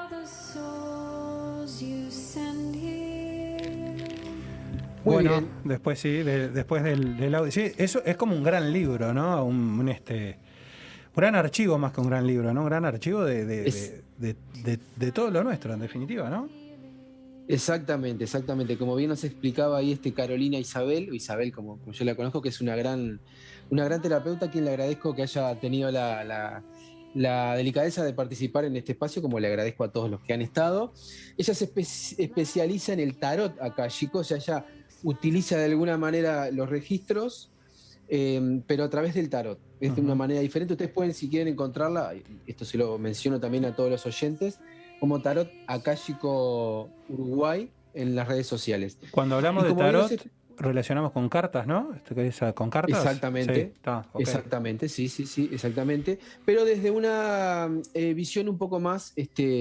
Bueno, después sí, después del audio. Sí, eso es como un gran libro, ¿no? Un gran archivo más que un gran libro, ¿no? Un gran archivo de todo lo nuestro, en definitiva, ¿no? Exactamente. Como bien nos explicaba ahí Carolina Isabel como yo la conozco, que es una gran terapeuta, a quien le agradezco que haya tenido la delicadeza de participar en este espacio, como le agradezco a todos los que han estado. Ella se especializa en el tarot akáshico, o sea, ella utiliza de alguna manera los registros, pero a través del tarot. Es de una manera diferente. Ustedes pueden, si quieren encontrarla, esto se lo menciono también a todos los oyentes, como Tarot Akáshico Uruguay en las redes sociales. Cuando hablamos de tarot, relacionamos con cartas, ¿no? ¿Con cartas? Exactamente. Sí, okay. Exactamente, sí, exactamente. Pero desde una visión un poco más,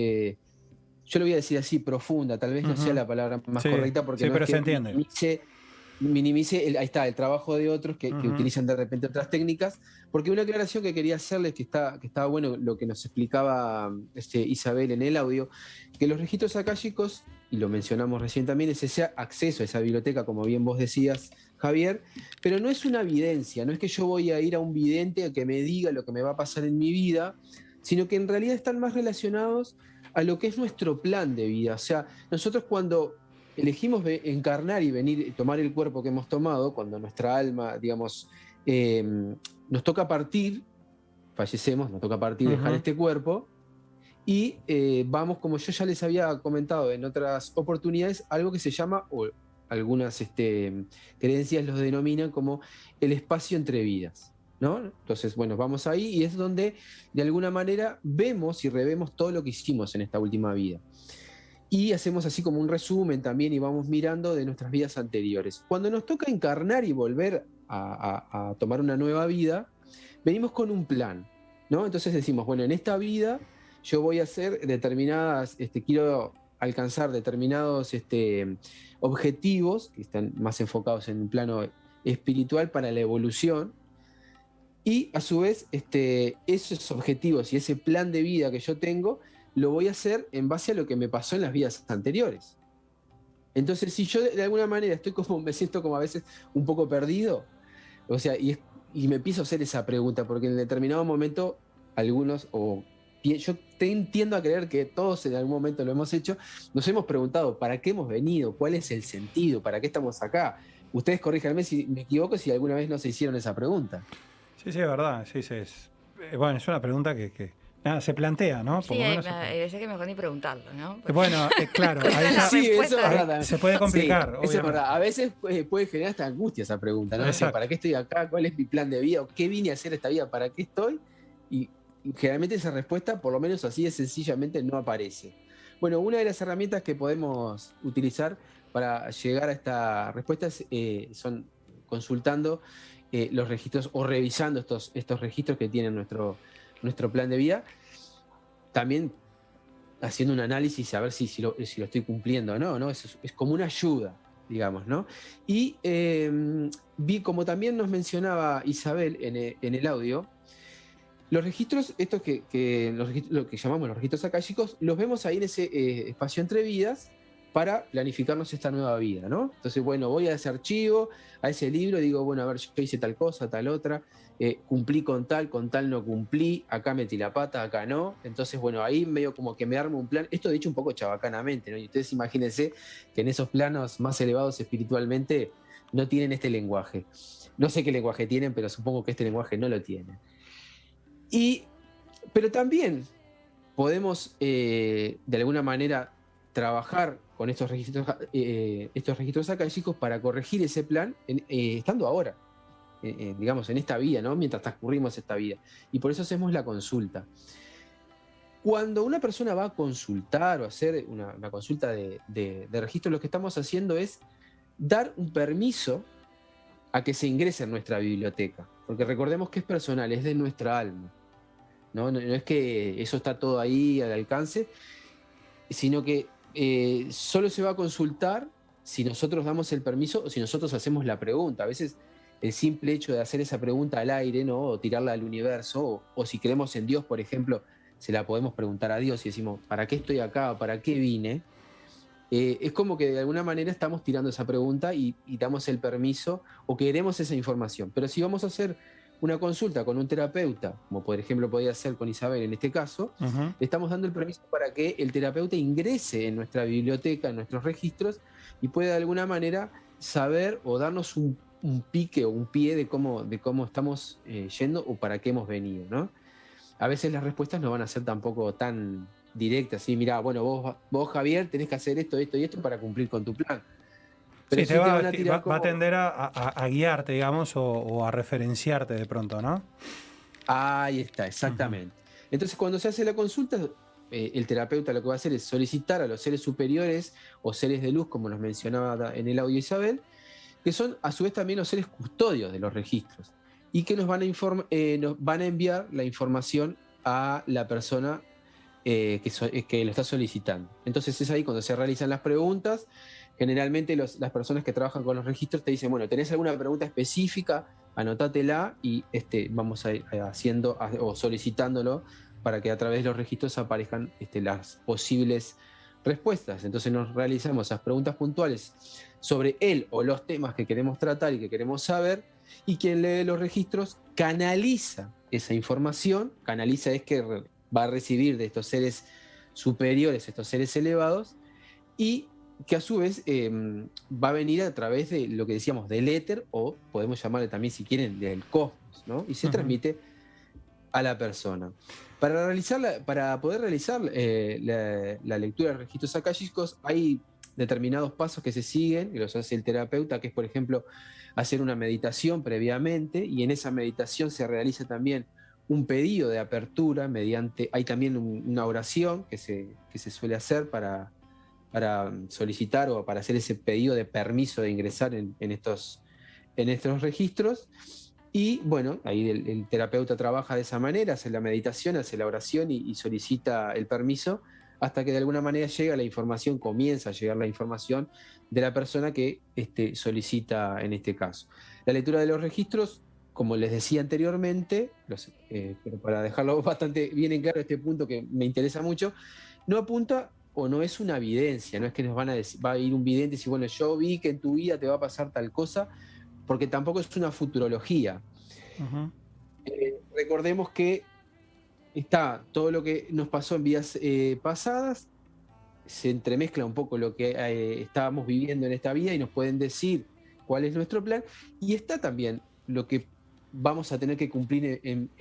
yo lo voy a decir así, profunda, tal vez no sea la palabra más correcta, porque no pero es que se entiende. Minimice ahí está, el trabajo de otros que utilizan de repente otras técnicas, porque una aclaración que quería hacerles, que estaba bueno lo que nos explicaba Isabel en el audio, que los registros akáshicos, y lo mencionamos recién también, es ese acceso a esa biblioteca, como bien vos decías, Javier, pero no es una evidencia, no es que yo voy a ir a un vidente a que me diga lo que me va a pasar en mi vida, sino que en realidad están más relacionados a lo que es nuestro plan de vida. O sea, nosotros cuando elegimos encarnar y venir y tomar el cuerpo que hemos tomado, cuando nuestra alma, digamos, nos toca partir, fallecemos, nos toca partir, dejar este cuerpo, y vamos, como yo ya les había comentado en otras oportunidades, algo que se llama, o algunas creencias los denominan como el espacio entre vidas, ¿no? Entonces, bueno, vamos ahí y es donde de alguna manera vemos y revemos todo lo que hicimos en esta última vida. Y hacemos así como un resumen también y vamos mirando de nuestras vidas anteriores. Cuando nos toca encarnar y volver a tomar una nueva vida, venimos con un plan, ¿no? Entonces decimos, bueno, en esta vida yo voy a hacer determinadas, quiero alcanzar determinados objetivos que están más enfocados en un plano espiritual para la evolución. Y a su vez, esos objetivos y ese plan de vida que yo tengo, lo voy a hacer en base a lo que me pasó en las vidas anteriores. Entonces, si yo de alguna manera me siento como a veces un poco perdido, o sea, y me empiezo a hacer esa pregunta, porque en determinado momento, algunos, yo tiendo a creer que todos en algún momento lo hemos hecho, nos hemos preguntado, ¿para qué hemos venido? ¿Cuál es el sentido? ¿Para qué estamos acá? Ustedes corríjanme si me equivoco, si alguna vez no se hicieron esa pregunta. Sí, es verdad. Sí, bueno, es una pregunta que se plantea, ¿no? Sí, hay veces que mejor ni preguntarlo, ¿no? Bueno, claro, ahí está. Sí, eso es verdad. Se puede complicar. Sí, eso es verdad. A veces puede generar hasta angustia esa pregunta, ¿no? Exacto. ¿Para qué estoy acá? ¿Cuál es mi plan de vida? ¿Qué vine a hacer esta vida? ¿Para qué estoy? Y generalmente esa respuesta, por lo menos así de sencillamente, no aparece. Bueno, una de las herramientas que podemos utilizar para llegar a esta respuesta son consultando los registros o revisando estos registros que tiene nuestro nuestro plan de vida, también haciendo un análisis a ver si lo estoy cumpliendo o no, ¿no? Es como una ayuda, digamos, ¿no? Y vi, como también nos mencionaba Isabel en el audio, los registros, estos lo que llamamos los registros akáshicos, los vemos ahí en ese espacio entre vidas para planificarnos esta nueva vida, ¿no? Entonces, bueno, voy a ese archivo, a ese libro, y digo, bueno, a ver, yo hice tal cosa, tal otra, cumplí con tal no cumplí, acá metí la pata, acá no. Entonces, bueno, ahí medio como que me armo un plan. Esto de hecho un poco chabacanamente, ¿no? Y ustedes imagínense que en esos planos más elevados espiritualmente no tienen este lenguaje. No sé qué lenguaje tienen, pero supongo que este lenguaje no lo tienen. Pero también podemos, de alguna manera, trabajar con estos registros akáshicos para corregir ese plan estando ahora, digamos, en esta vida, ¿no? Mientras transcurrimos esta vida. Y por eso hacemos la consulta. Cuando una persona va a consultar o hacer una consulta de registro, lo que estamos haciendo es dar un permiso a que se ingrese en nuestra biblioteca. Porque recordemos que es personal, es de nuestra alma. No es que eso está todo ahí al alcance, sino que solo se va a consultar si nosotros damos el permiso o si nosotros hacemos la pregunta. A veces el simple hecho de hacer esa pregunta al aire, ¿no? O tirarla al universo, o si creemos en Dios, por ejemplo, se la podemos preguntar a Dios y decimos, ¿para qué estoy acá? ¿Para qué vine? Es como que de alguna manera estamos tirando esa pregunta y damos el permiso o queremos esa información. Pero si vamos a hacer una consulta con un terapeuta, como por ejemplo podría ser con Isabel en este caso, le estamos dando el permiso para que el terapeuta ingrese en nuestra biblioteca, en nuestros registros, y pueda de alguna manera saber o darnos un pique o un pie de cómo estamos yendo o para qué hemos venido, ¿no? A veces las respuestas no van a ser tampoco tan directas, ¿sí? Mirá, bueno, vos Javier tenés que hacer esto y esto para cumplir con tu plan. Pero sí, va a tender a guiarte, digamos, o a referenciarte de pronto, ¿no? Ahí está, exactamente. Entonces, cuando se hace la consulta, el terapeuta lo que va a hacer es solicitar a los seres superiores o seres de luz, como nos mencionaba en el audio Isabel, que son a su vez también los seres custodios de los registros y que nos van a enviar la información a la persona que lo está solicitando. Entonces es ahí cuando se realizan las preguntas. Generalmente las personas que trabajan con los registros te dicen, bueno, ¿tenés alguna pregunta específica? Anotátela y vamos a ir haciendo o solicitándolo para que a través de los registros aparezcan las posibles respuestas. Entonces nos realizamos esas preguntas puntuales sobre él o los temas que queremos tratar y que queremos saber, y quien lee los registros canaliza esa información. Canaliza es que va a recibir de estos seres superiores, estos seres elevados, y que a su vez va a venir a través de lo que decíamos del éter, o podemos llamarle también, si quieren, del cosmos, ¿no? Y se transmite a la persona. Para poder realizar la lectura de registros akáshicos hay determinados pasos que se siguen, que los hace el terapeuta, que es, por ejemplo, hacer una meditación previamente, y en esa meditación se realiza también un pedido de apertura hay también una oración que se suele hacer para solicitar o para hacer ese pedido de permiso de ingresar en estos registros. Y bueno, ahí el terapeuta trabaja de esa manera, hace la meditación, hace la oración y solicita el permiso, hasta que de alguna manera comienza a llegar la información de la persona que solicita en este caso. La lectura de los registros, como les decía anteriormente, pero para dejarlo bastante bien en claro este punto que me interesa mucho, no apunta o no es una evidencia, no es que nos va a ir un vidente y decir, bueno, yo vi que en tu vida te va a pasar tal cosa, porque tampoco es una futurología. Recordemos que está todo lo que nos pasó en vidas pasadas, se entremezcla un poco lo que estábamos viviendo en esta vida y nos pueden decir cuál es nuestro plan, y está también lo que vamos a tener que cumplir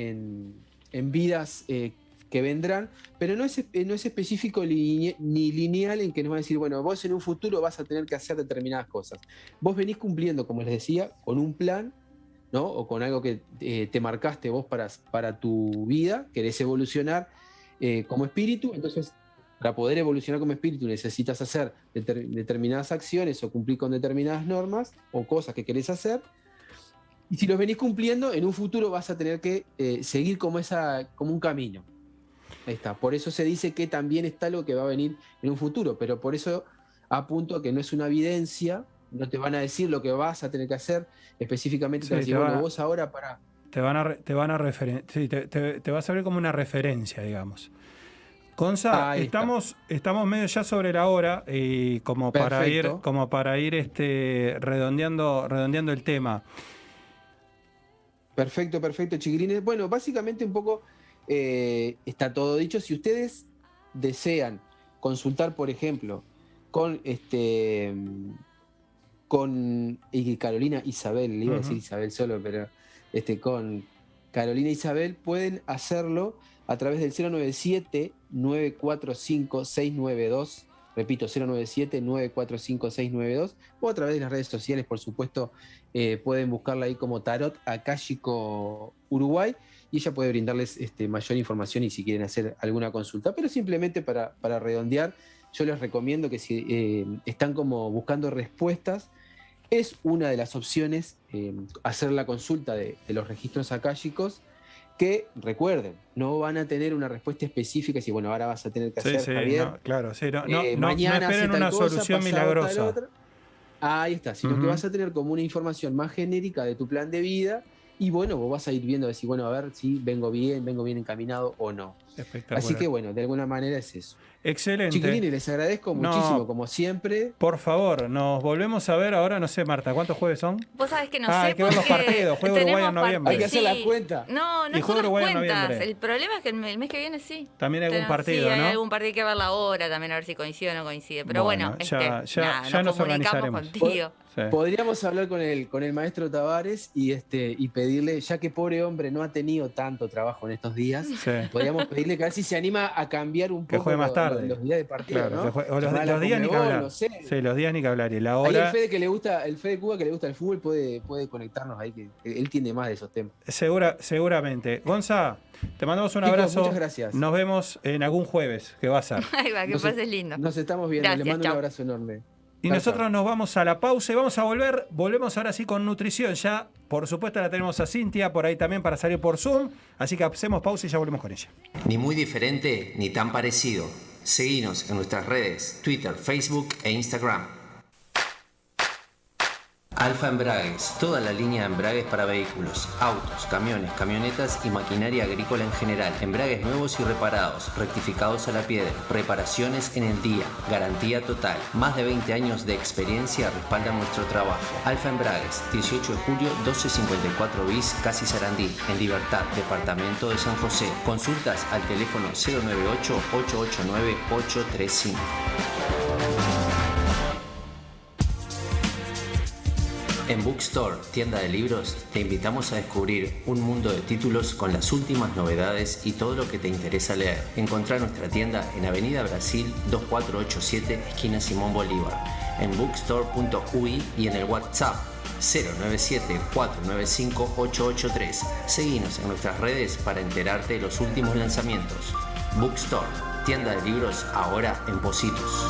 en vidas que vendrán, pero no es específico ni lineal en que nos va a decir, bueno, vos en un futuro vas a tener que hacer determinadas cosas. Vos venís cumpliendo, como les decía, con un plan, ¿no? O con algo que te marcaste vos para tu vida, querés evolucionar como espíritu. Entonces, para poder evolucionar como espíritu necesitas hacer determinadas acciones o cumplir con determinadas normas o cosas que querés hacer. Y si los venís cumpliendo, en un futuro vas a tener que seguir como un camino. Ahí está. Por eso se dice que también está algo que va a venir en un futuro, pero por eso apunto a que no es una evidencia, no te van a decir lo que vas a tener que hacer específicamente. Sí, te van a decir, bueno, vos ahora para... Te va a servir como una referencia, digamos. Gonza, estamos medio ya sobre la hora y como para ir redondeando el tema. Perfecto, chiquilines. Bueno, básicamente un poco está todo dicho. Si ustedes desean consultar, por ejemplo, con Carolina Isabel, le iba a decir Isabel solo, pero con Carolina Isabel, pueden hacerlo a través del 097-945-692, repito, 097-945-692, o a través de las redes sociales, por supuesto, pueden buscarla ahí como Tarot Akáshico Uruguay, y ella puede brindarles mayor información y si quieren hacer alguna consulta. Pero simplemente para redondear, yo les recomiendo que si están como buscando respuestas, es una de las opciones hacer la consulta de los registros akáshicos, que recuerden, no van a tener una respuesta específica, si bueno, ahora vas a tener que hacer, Javier. No, claro, sí, no mañana no esperen una solución milagrosa. Ahí está, sino que vas a tener como una información más genérica de tu plan de vida, y bueno, vos vas a ir viendo, decir, bueno, a ver si vengo bien encaminado o no. Así que bueno, de alguna manera es eso. Excelente. Chiquilines, les agradezco muchísimo, como siempre. Por favor, nos volvemos a ver ahora, no sé, Marta, ¿cuántos jueves son? Vos sabés que no sé, hay que ver los partidos, juego Uruguay en noviembre. Hay que hacer la cuenta. No y son las Uruguay cuentas. El problema es que el mes que viene sí. También hay algún partido, sí, ¿no? hay algún partido, hay que ver la hora también, a ver si coincide o no coincide. Pero bueno, ya nos organizaremos contigo. Sí. Podríamos hablar con el maestro Tavares y pedirle, ya que pobre hombre no ha tenido tanto trabajo en estos días, podríamos pedirle que a ver si se anima a cambiar un poco que juegue más tarde. Los días de partido, claro, ¿no? O los días ni que hablar. No sé. Sí, los días ni que hablar. Y la hora... Ahí el Fede Cuba que le gusta el fútbol puede conectarnos ahí, que él tiene más de esos temas. Seguramente. Gonza, te mandamos un abrazo. Muchas gracias. Nos vemos en algún jueves que va a ser. Ahí va, que pases lindo. Nos estamos viendo. Gracias, les mando chau. un abrazo enorme. Y nosotros nos vamos a la pausa y vamos a volvemos ahora sí con nutrición. Ya, por supuesto, la tenemos a Cintia por ahí también para salir por Zoom. Así que hacemos pausa y ya volvemos con ella. Ni muy diferente, ni tan parecido. Seguinos en nuestras redes, Twitter, Facebook e Instagram. Alfa Embragues, toda la línea de embragues para vehículos, autos, camiones, camionetas y maquinaria agrícola en general. Embragues nuevos y reparados, rectificados a la piedra, reparaciones en el día, garantía total. Más de 20 años de experiencia respaldan nuestro trabajo. Alfa Embragues, 18 de julio, 1254 bis, Casi Sarandí, en Libertad, departamento de San José. Consultas al teléfono 098-889-835. En Bookstore, tienda de libros, te invitamos a descubrir un mundo de títulos con las últimas novedades y todo lo que te interesa leer. Encontrá nuestra tienda en Avenida Brasil 2487, esquina Simón Bolívar, en bookstore.ui y en el WhatsApp 097-495-883. Seguinos en nuestras redes para enterarte de los últimos lanzamientos. Bookstore, tienda de libros ahora en Positos.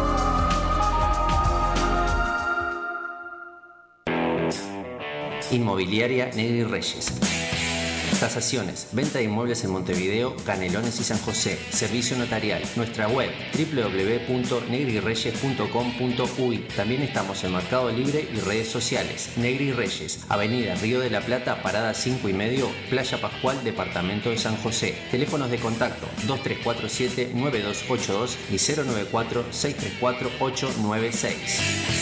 Inmobiliaria Negri Reyes. Tasaciones, venta de inmuebles en Montevideo, Canelones y San José. Servicio notarial. Nuestra web www.negrireyes.com.uy. También estamos en Mercado Libre y redes sociales. Negri Reyes, Avenida Río de la Plata, Parada 5 y medio, Playa Pascual, Departamento de San José. Teléfonos de contacto 2347-9282 y 094-634-896.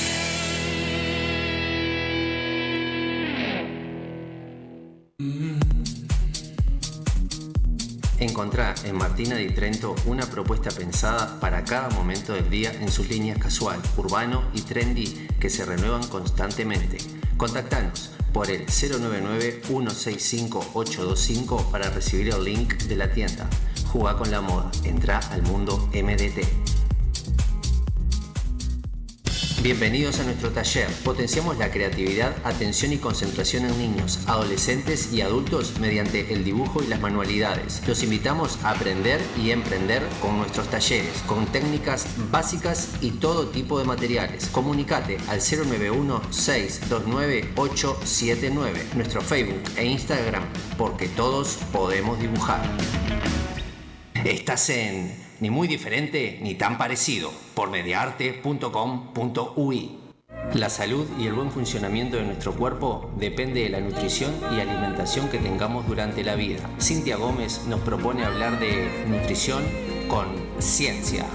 Encontrá en Martina di Trento una propuesta pensada para cada momento del día en sus líneas casual, urbano y trendy que se renuevan constantemente. Contactanos por el 099-165-825 para recibir el link de la tienda. Jugá con la moda, entrá al mundo MDT. Bienvenidos a nuestro taller. Potenciamos la creatividad, atención y concentración en niños, adolescentes y adultos mediante el dibujo y las manualidades. Los invitamos a aprender y emprender con nuestros talleres, con técnicas básicas y todo tipo de materiales. Comunicate al 091-629-879, nuestro Facebook e Instagram, porque todos podemos dibujar. Estás en Ni muy diferente ni tan parecido por mediaarte.com.uy. La salud y el buen funcionamiento de nuestro cuerpo depende de la nutrición y alimentación que tengamos durante la vida. Cintia Gómez nos propone hablar de nutrición con ciencia.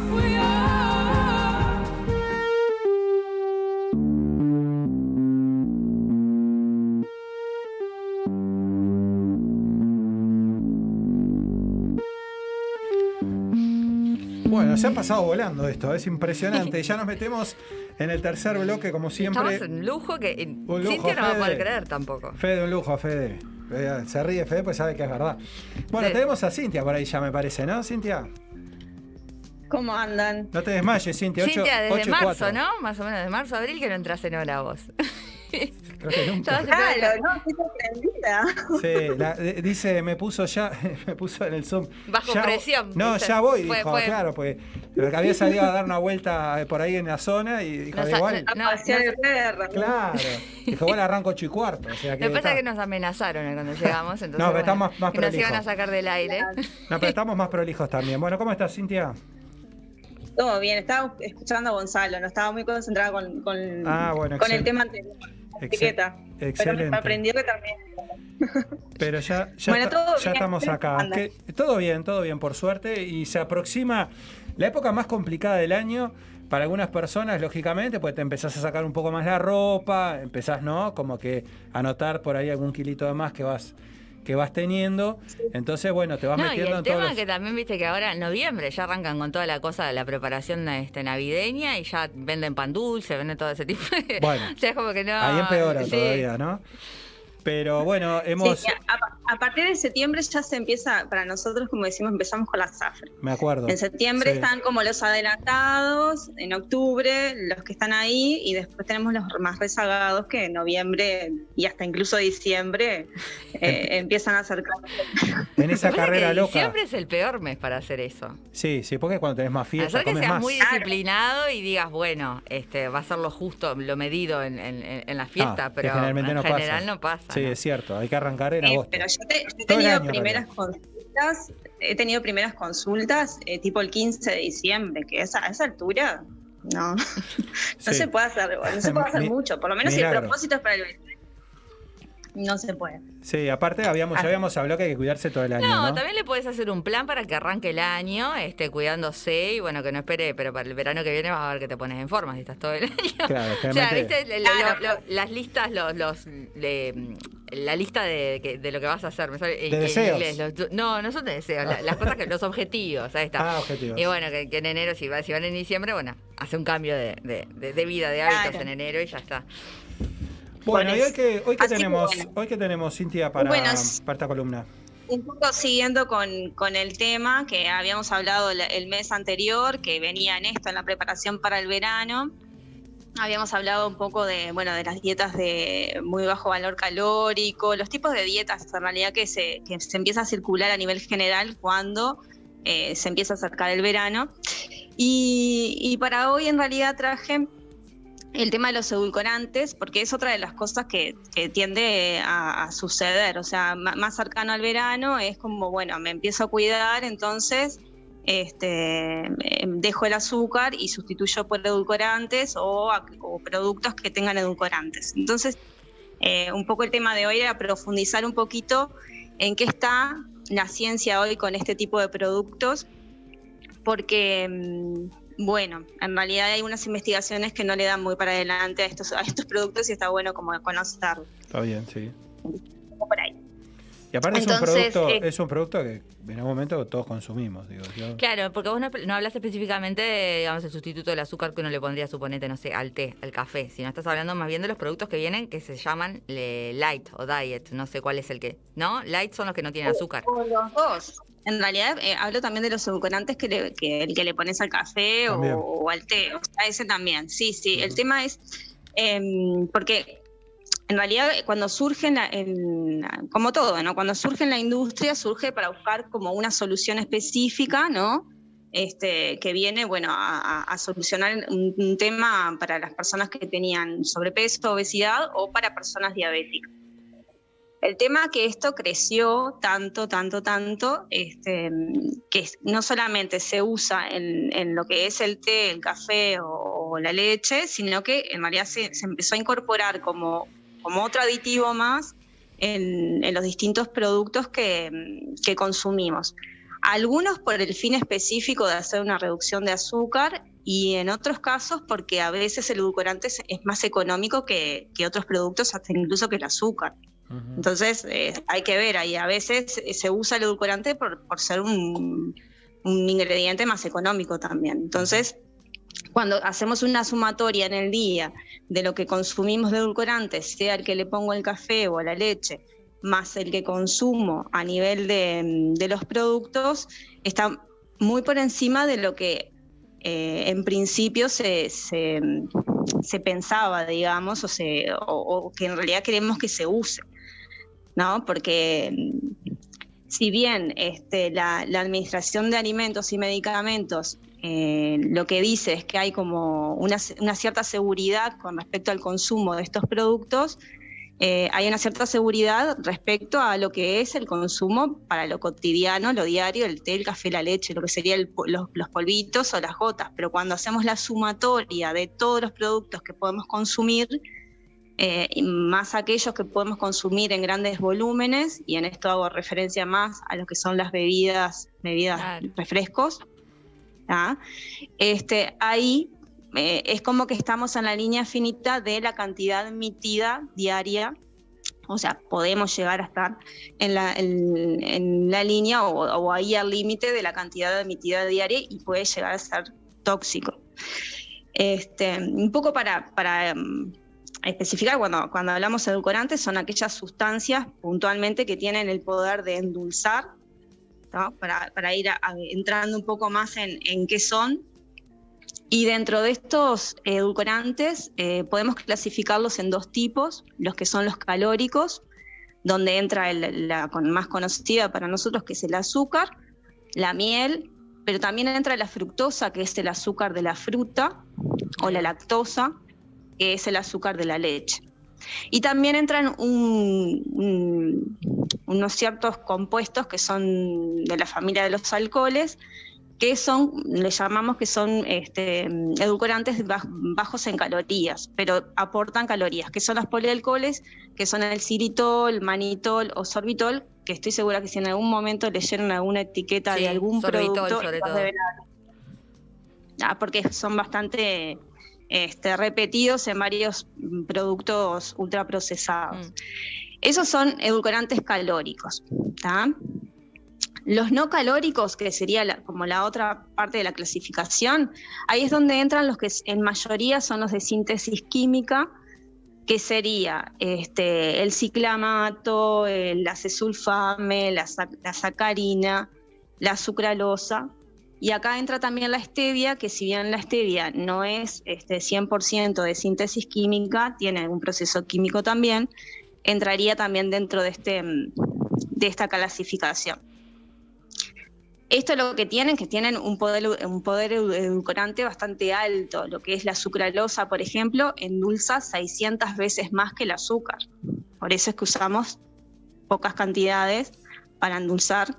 Bueno, se ha pasado volando esto, es impresionante. Ya nos metemos en el tercer bloque, como siempre. Estamos en un lujo que Un lujo, Cintia no va a Fede. poder creer tampoco. Fede, un lujo, Fede. Se ríe Fede, pues sabe que es verdad. Bueno, Sí. tenemos a Cintia por ahí ya, me parece, ¿no, Cintia? ¿Cómo andan? No te desmayes, Cintia. Cintia, desde 8 y 4. marzo, ¿no? Más o menos de marzo a abril que no entras en hora vos. Creo que nunca. Claro, no, estoy sorprendida. Sí, dice, me puso en el Zoom. Bajo Ya- presión, No, ¿viste? ya voy, Fue- dijo, fue- claro, pues había salido a dar una vuelta por ahí en la zona y dijo, Nos- igual. A pasear el perro. Claro. Dijo, igual arranco 8 y cuarto. O sea que Lo que pasa está- es que nos amenazaron cuando llegamos, entonces No, pero estamos más y nos prolijos. iban a sacar del aire. No, pero estamos más prolijos también. Bueno, ¿cómo estás, Cintia? Todo bien, estaba escuchando a Gonzalo, no estaba muy concentrada con Ah, bueno, con el excelente. tema anterior, la etiqueta. Pero Excelente. me aprendió que también. Pero ya Bueno, todo bien. estamos acá. ¿Cómo andan? Todo bien, por suerte. Y se aproxima la época más complicada del año para algunas personas, lógicamente, pues te empezás a sacar un poco más la ropa, empezás, ¿no? Como que a notar por ahí algún kilito de más que vas teniendo. Entonces, bueno, te vas No, y metiendo el en todos tema los... que también viste que ahora en noviembre ya arrancan con toda la cosa de la preparación navideña y ya venden pan dulce, venden todo ese tipo de... Bueno, o sea, es como que no... Ahí empeora sí. todavía, ¿no? Pero bueno, hemos... Sí, a partir de septiembre ya se empieza, para nosotros, como decimos, empezamos con la zafra. Me acuerdo. En septiembre Sí. están como los adelantados, en octubre los que están ahí, y después tenemos los más rezagados que en noviembre y hasta incluso diciembre empiezan a acercarse. En esa Lo que pasa es carrera que loca. Diciembre es el peor mes para hacer eso. Sí, porque cuando tenés más A fiesta, ser que comes seas más. muy disciplinado y digas, bueno, va a ser lo justo, lo medido en la fiesta, Ah, que pero generalmente en no general pasa. no pasa. Sí, ¿no? es cierto, hay que arrancar en agosto. Pero yo he Todo el tenido año, en primeras consultas, tipo el 15 de diciembre, que a esa altura no Sí. se puede hacer, no se puede hacer mucho, por lo menos si el Milagro. propósito es para el 20. No se puede. Sí, aparte ya habíamos hablado que hay que cuidarse todo el año, No, ¿no? también le puedes hacer un plan para que arranque el año, cuidándose y bueno, que no espere, pero para el verano que viene vas a ver que te pones en forma si estás todo el año. Claro, O sea, generalmente- viste, las listas, la lista de lo que vas a hacer. Me sale en deseos. inglés, no son de deseos, las cosas los objetivos, ahí está. Ah, objetivos. Y bueno, que en enero, si van en diciembre, bueno, hace un cambio de vida, de hábitos Claro. en enero y ya está. Bueno, y hoy que Así que tenemos, bueno. hoy que tenemos, Cintia, para Bueno, esta columna. Un poco siguiendo con el tema que habíamos hablado el mes anterior, que venía en esto, en la preparación para el verano. Habíamos hablado un poco de las dietas de muy bajo valor calórico, los tipos de dietas en realidad que se empieza a circular a nivel general cuando se empieza a acercar el verano. Y para hoy en realidad traje el tema de los edulcorantes, porque es otra de las cosas que tiende a suceder. O sea, más cercano al verano es como, bueno, me empiezo a cuidar, entonces dejo el azúcar y sustituyo por edulcorantes o productos que tengan edulcorantes. Entonces, un poco el tema de hoy era profundizar un poquito en qué está la ciencia hoy con este tipo de productos, porque bueno, en realidad hay unas investigaciones que no le dan muy para adelante a estos productos y está bueno como conocerlos. Está bien, sí. Por ahí. Y aparte Entonces, es un producto que en algún momento todos consumimos, digo. Claro, porque vos no hablas específicamente de, digamos, el sustituto del azúcar que uno le pondría, suponete, no sé, al té, al café, sino estás hablando más bien de los productos que vienen que se llaman light o diet, no sé cuál es el que, ¿no? Light son los que no tienen azúcar. O los dos. En realidad hablo también de los edulcorantes que el que le pones al café o al té, o sea, ese también, sí. El tema es, porque en realidad cuando surge, como todo, ¿no? Cuando surge en la industria, surge para buscar como una solución específica, ¿no? Que viene, bueno, a solucionar un tema para las personas que tenían sobrepeso, obesidad o para personas diabéticas. El tema que esto creció tanto, que no solamente se usa en lo que es el té, el café o la leche, sino que en realidad se empezó a incorporar como otro aditivo más en los distintos productos que consumimos. Algunos por el fin específico de hacer una reducción de azúcar y en otros casos porque a veces el edulcorante es más económico que otros productos, hasta incluso que el azúcar. Entonces hay que ver ahí, a veces se usa el edulcorante por ser un ingrediente más económico también. Entonces, cuando hacemos una sumatoria en el día de lo que consumimos de edulcorantes, sea el que le pongo al café o a la leche, más el que consumo a nivel de los productos, está muy por encima de lo que en principio se pensaba, digamos, o que en realidad queremos que se use, ¿no? Porque si bien la Administración de Alimentos y Medicamentos lo que dice es que hay como una cierta seguridad con respecto al consumo de estos productos, hay una cierta seguridad respecto a lo que es el consumo para lo cotidiano, lo diario, el té, el café, la leche, lo que serían los polvitos o las gotas. Pero cuando hacemos la sumatoria de todos los productos que podemos consumir, más aquellos que podemos consumir en grandes volúmenes, y en esto hago referencia más a lo que son las bebidas claro, refrescos, ¿ah? Ahí es como que estamos en la línea finita de la cantidad emitida diaria, o sea, podemos llegar a estar en la línea o ahí al límite de la cantidad emitida diaria y puede llegar a ser tóxico. Un poco para especificar, cuando hablamos de edulcorantes, son aquellas sustancias puntualmente que tienen el poder de endulzar, ¿no? Para ir entrando un poco más en qué son. Y dentro de estos edulcorantes podemos clasificarlos en dos tipos, los que son los calóricos, donde entra la más conocida para nosotros, que es el azúcar, la miel, pero también entra la fructosa, que es el azúcar de la fruta, o la lactosa, que es el azúcar de la leche. Y también entran unos ciertos compuestos que son de la familia de los alcoholes, que le llamamos que son edulcorantes bajos en calorías, pero aportan calorías, que son los polialcoholes, que son el xilitol, manitol o sorbitol, que estoy segura que si en algún momento leyeron alguna etiqueta de algún producto, sobre todo. Porque son bastante repetidos en varios productos ultraprocesados. Esos son edulcorantes calóricos, ¿tá? Los no calóricos, que sería como la otra parte de la clasificación, ahí es donde entran los que en mayoría son los de síntesis química, que sería el ciclamato, el acesulfame, la sacarina, la sucralosa. Y acá entra también la stevia, que si bien la stevia no es 100% de síntesis química, tiene un proceso químico también, entraría también dentro de esta clasificación. Esto es lo que tienen, un poder edulcorante bastante alto. Lo que es la sucralosa, por ejemplo, endulza 600 veces más que el azúcar. Por eso es que usamos pocas cantidades para endulzar,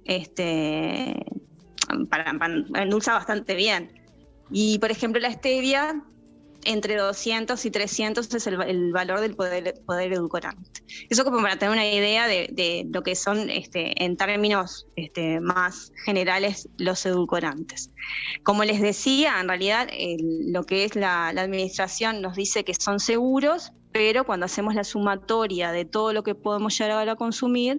endulza bastante bien. Y, por ejemplo, la stevia, entre 200 y 300 es el valor del poder edulcorante. Eso como para tener una idea de lo que son, en términos más generales, los edulcorantes. Como les decía, en realidad lo que es la administración nos dice que son seguros, pero cuando hacemos la sumatoria de todo lo que podemos llegar a consumir,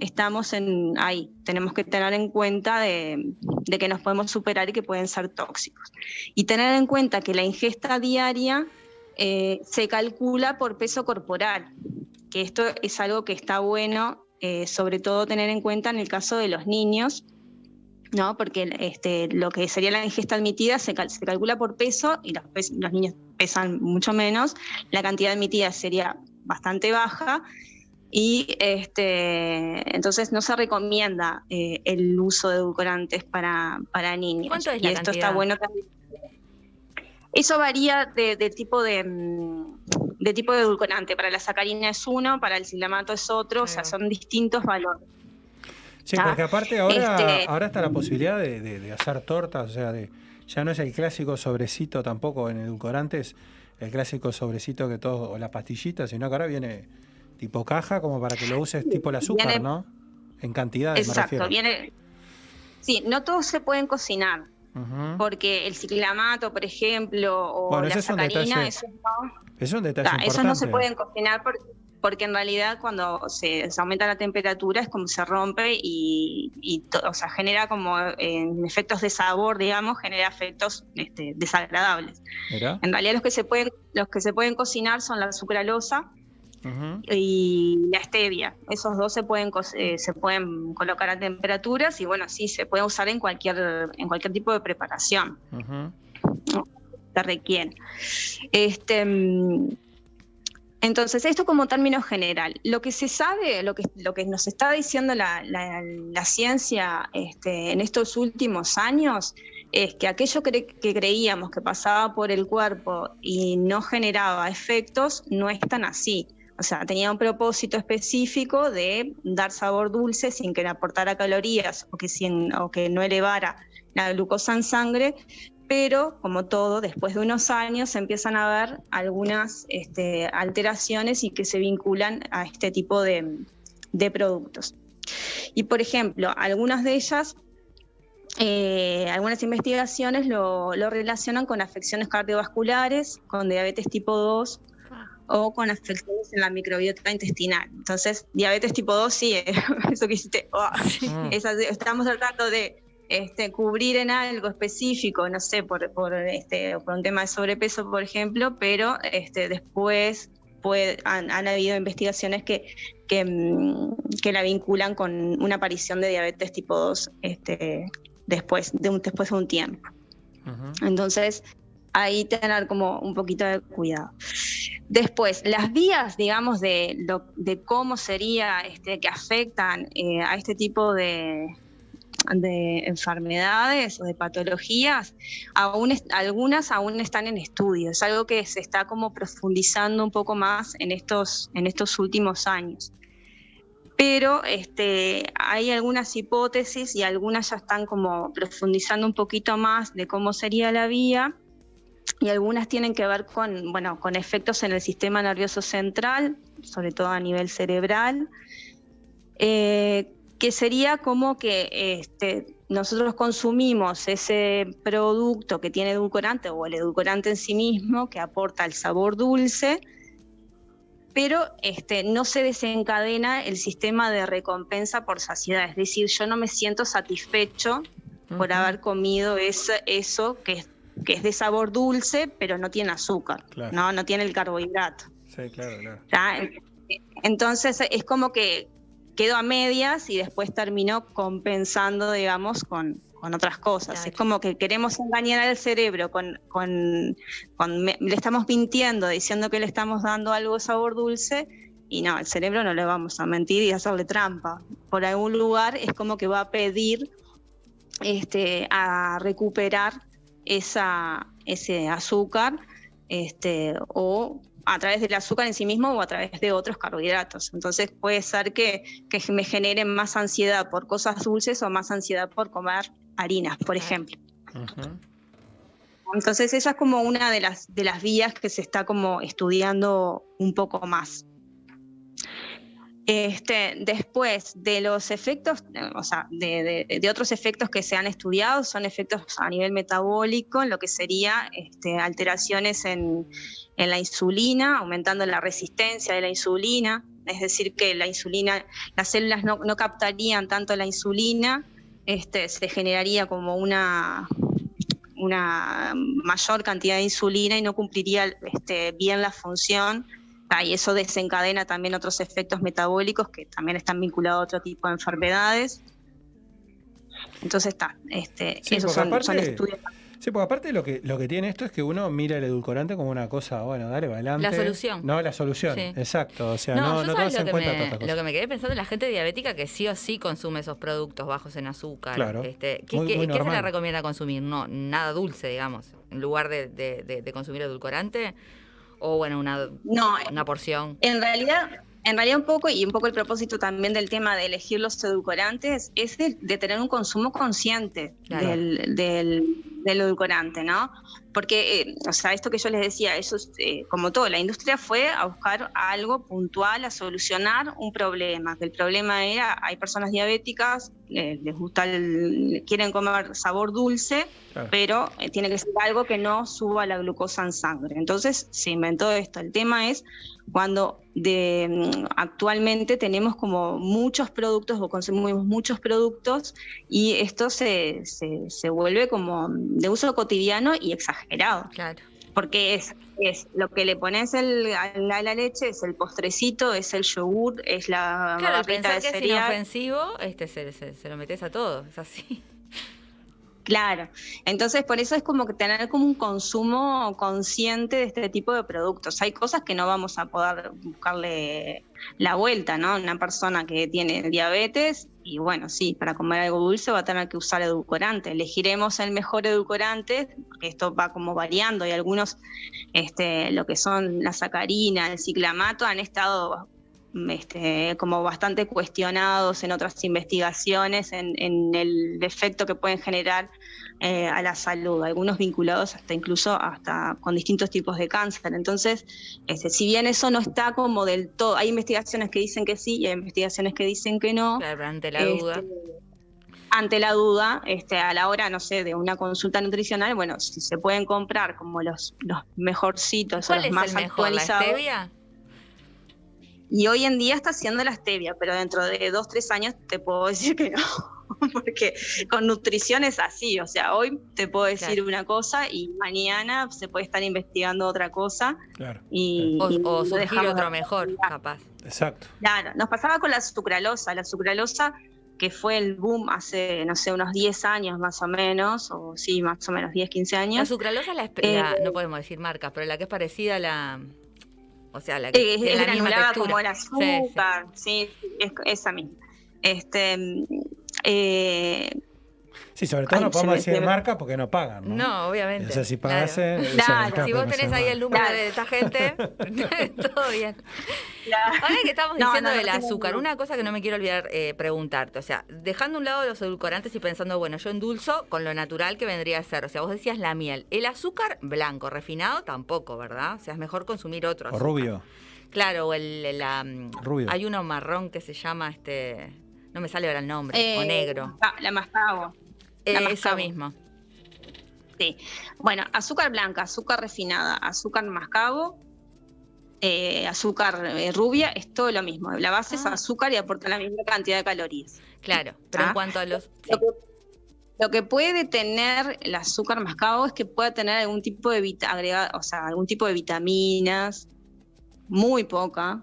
estamos ahí. Tenemos que tener en cuenta de que nos podemos superar y que pueden ser tóxicos. Y tener en cuenta que la ingesta diaria se calcula por peso corporal, que esto es algo que está bueno, sobre todo tener en cuenta en el caso de los niños, ¿no? Porque lo que sería la ingesta admitida se calcula por peso y los niños pesan mucho menos, la cantidad admitida sería bastante baja y entonces no se recomienda el uso de edulcorantes para niños. ¿Cuánto es y la esto cantidad? está bueno también. Eso varía de tipo de edulcorante. Para la sacarina es uno, para el silamato es otro, o sea, son distintos valores. Sí, porque aparte ahora está la posibilidad de hacer tortas, o sea, ya no es el clásico sobrecito tampoco en edulcorantes, el clásico sobrecito que todos, o la pastillita, sino que ahora viene tipo caja como para que lo uses tipo el azúcar, ¿no? En cantidades, exacto, me refiero. Sí, no todos se pueden cocinar, porque el ciclamato, por ejemplo, o la sacarina, es un detalle importante. Esos no se pueden cocinar porque en realidad cuando se aumenta la temperatura es como se rompe o sea, genera como en efectos de sabor, digamos, genera efectos desagradables. ¿Mirá? En realidad los que se pueden cocinar son la sucralosa y la stevia. Esos dos se pueden colocar a temperaturas y bueno, sí, se puede usar en cualquier tipo de preparación. Se requiere. Entonces, esto como término general. Lo que se sabe, lo que nos está diciendo la ciencia en estos últimos años es que aquello que creíamos que pasaba por el cuerpo y no generaba efectos, no es tan así. O sea, tenía un propósito específico de dar sabor dulce sin que le aportara calorías o que no elevara la glucosa en sangre, pero como todo, después de unos años se empiezan a ver algunas alteraciones y que se vinculan a este tipo de productos. Y por ejemplo, algunas de ellas, algunas investigaciones lo relacionan con afecciones cardiovasculares, con diabetes tipo 2 o con afecciones en la microbiota intestinal. Entonces, diabetes tipo 2, sí, eso que hiciste, estamos tratando de cubrir en algo específico, no sé, por un tema de sobrepeso, por ejemplo, pero después han habido investigaciones que la vinculan con una aparición de diabetes tipo 2 después de un tiempo. Entonces, ahí tener como un poquito de cuidado. Después, las vías, digamos, de cómo sería que afectan a este tipo de enfermedades o de patologías, algunas aún están en estudio. Es algo que se está como profundizando un poco más en estos últimos años. Pero hay algunas hipótesis y algunas ya están como profundizando un poquito más de cómo sería la vía, y algunas tienen que ver con efectos en el sistema nervioso central, sobre todo a nivel cerebral, que sería como que nosotros consumimos ese producto que tiene edulcorante o el edulcorante en sí mismo, que aporta el sabor dulce, pero no se desencadena el sistema de recompensa por saciedad. Es decir, yo no me siento satisfecho por haber comido eso que es de sabor dulce, pero no tiene azúcar, claro. no tiene el carbohidrato. Sí, claro. Entonces es como que quedó a medias y después terminó compensando, digamos, con otras cosas. Claro. Es como que queremos engañar al cerebro le estamos mintiendo, diciendo que le estamos dando algo de sabor dulce, y no, al cerebro no le vamos a mentir y hacerle trampa. Por algún lugar es como que va a pedir a recuperar ese azúcar, o a través del azúcar en sí mismo o a través de otros carbohidratos. Entonces puede ser que me genere más ansiedad por cosas dulces o más ansiedad por comer harinas, por ejemplo. Entonces esa es como una de las vías que se está como estudiando un poco más. Después de los efectos, o sea, de otros efectos que se han estudiado, son efectos a nivel metabólico, en lo que sería alteraciones en la insulina, aumentando la resistencia de la insulina, es decir, que la insulina, las células no captarían tanto la insulina, se generaría como una mayor cantidad de insulina y no cumpliría bien la función. Y eso desencadena también otros efectos metabólicos que también están vinculados a otro tipo de enfermedades. Entonces esos son estudios. Sí, porque aparte lo que tiene esto es que uno mira el edulcorante como una cosa, bueno, dale, adelante. La solución. No, la solución, sí. Exacto. O sea, no te das en cuenta todas estas cosas. Lo que me quedé pensando en la gente diabética que sí o sí consume esos productos bajos en azúcar. Claro. ¿Qué se le recomienda consumir? No, nada dulce, digamos, en lugar de consumir edulcorante. O bueno, una porción. En realidad un poco el propósito también del tema de elegir los edulcorantes es de tener un consumo consciente, claro, del edulcorante, ¿no? Porque, esto que yo les decía, eso es, como todo, la industria fue a buscar algo puntual, a solucionar un problema, que el problema era, hay personas diabéticas, les gusta quieren comer sabor dulce, claro, pero tiene que ser algo que no suba la glucosa en sangre. Entonces se inventó esto. El tema es cuando actualmente tenemos como muchos productos o consumimos muchos productos y esto se vuelve como de uso cotidiano y exagerado. Claro. Porque es lo que le pones a la leche, es el postrecito, es el yogur, es la barrita de cereal. Que es inofensivo, se lo metes a todo, es así. Claro, entonces por eso es como que tener como un consumo consciente de este tipo de productos. Hay cosas que no vamos a poder buscarle la vuelta, ¿no? Una persona que tiene diabetes y bueno, sí, para comer algo dulce va a tener que usar edulcorante. Elegiremos el mejor edulcorante, porque esto va como variando y algunos, lo que son la sacarina, el ciclamato, han estado como bastante cuestionados en otras investigaciones en el efecto que pueden generar a la salud, algunos vinculados incluso con distintos tipos de cáncer. Entonces, si bien eso no está como del todo, hay investigaciones que dicen que sí y hay investigaciones que dicen que no. Claro, ante la duda. Ante la duda, a la hora, no sé, de una consulta nutricional, bueno, si se pueden comprar como los mejorcitos o los más actualizados. ¿La stevia? Y hoy en día está haciendo la stevia, pero dentro de 2-3 años te puedo decir que no, porque con nutrición es así, o sea, hoy te puedo decir una cosa y mañana se puede estar investigando otra cosa. Claro. O surgir otro mejor, capaz. Exacto. Claro, nos pasaba con la sucralosa que fue el boom hace, no sé, unos 10 años más o menos, o sí, más o menos 10, 15 años. La sucralosa no podemos decir marcas, pero la que es parecida a la... O sea, la que es la misma granulada textura. como el azúcar, sí, es esa misma. Sí, sobre todo no podemos decir marca porque no pagan, ¿no? No, obviamente. O sea, si pagasen... Claro, si vos tenés ahí el número de esta gente, todo bien. Claro. Ahora que estamos diciendo del azúcar, una cosa que no me quiero olvidar preguntarte, o sea, dejando a un lado los edulcorantes y pensando, bueno, yo endulzo con lo natural que vendría a ser, o sea, vos decías la miel, el azúcar blanco, refinado tampoco, ¿verdad? O sea, es mejor consumir otro azúcar. O rubio. Claro, o rubio. Hay uno marrón que se llama, no me sale ahora el nombre, o negro. La mascabo. Eso mismo. Sí. Bueno, azúcar blanca, azúcar refinada, azúcar mascabo, azúcar rubia, es todo lo mismo. La base es azúcar y aporta la misma cantidad de calorías. Claro, pero en cuanto a los... Sí. Lo que puede tener el azúcar mascabo es que pueda tener algún tipo de algún tipo de vitaminas, muy poca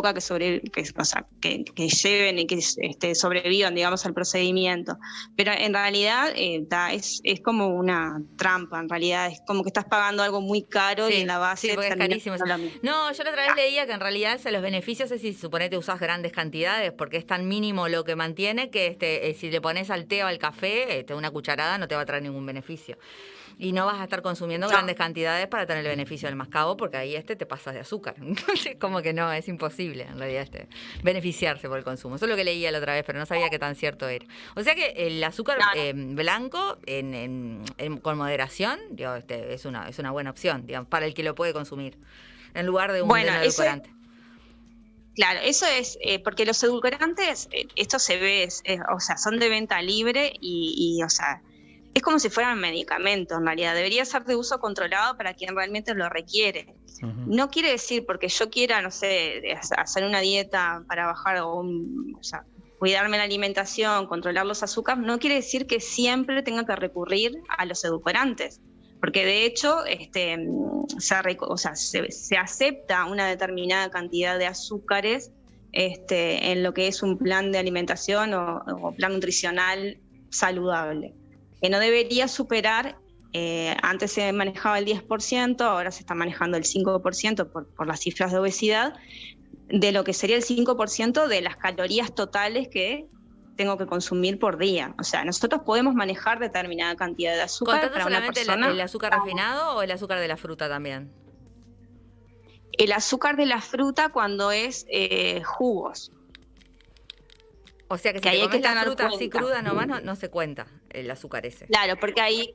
que lleven y que sobrevivan, digamos, al procedimiento. Pero en realidad es como una trampa, en realidad es como que estás pagando algo muy caro y en la base es carísimo. No, yo la otra vez leía que en realidad los beneficios es si suponete usás grandes cantidades, porque es tan mínimo lo que mantiene que si le pones al té o al café, una cucharada no te va a traer ningún beneficio. Y no vas a estar consumiendo grandes cantidades para tener el beneficio del mascabo, porque ahí te pasas de azúcar. Entonces, como que no, es imposible en realidad beneficiarse por el consumo. Eso es lo que leía la otra vez, pero no sabía qué tan cierto era. O sea que el azúcar blanco con moderación, digo, es una buena opción, digamos, para el que lo puede consumir, en lugar de un edulcorante. Claro, eso es porque los edulcorantes, esto se ve, o sea, son de venta libre y o sea, es como si fuera un medicamento, en realidad. Debería ser de uso controlado para quien realmente lo requiere. No quiere decir porque yo quiera, no sé, hacer una dieta para bajar o sea, cuidarme la alimentación, controlar los azúcares, no quiere decir que siempre tenga que recurrir a los edulcorantes. Porque de hecho se acepta una determinada cantidad de azúcares en lo que es un plan de alimentación o plan nutricional saludable, que no debería superar, antes se manejaba el 10%, ahora se está manejando el 5% por las cifras de obesidad, de lo que sería el 5% de las calorías totales que tengo que consumir por día. O sea, nosotros podemos manejar determinada cantidad de azúcar para una persona. ¿Solamente el azúcar refinado o el azúcar de la fruta también? El azúcar de la fruta cuando es jugos. O sea que si te comes la fruta así cruda nomás no se cuenta el azúcar ese. Claro, porque ahí,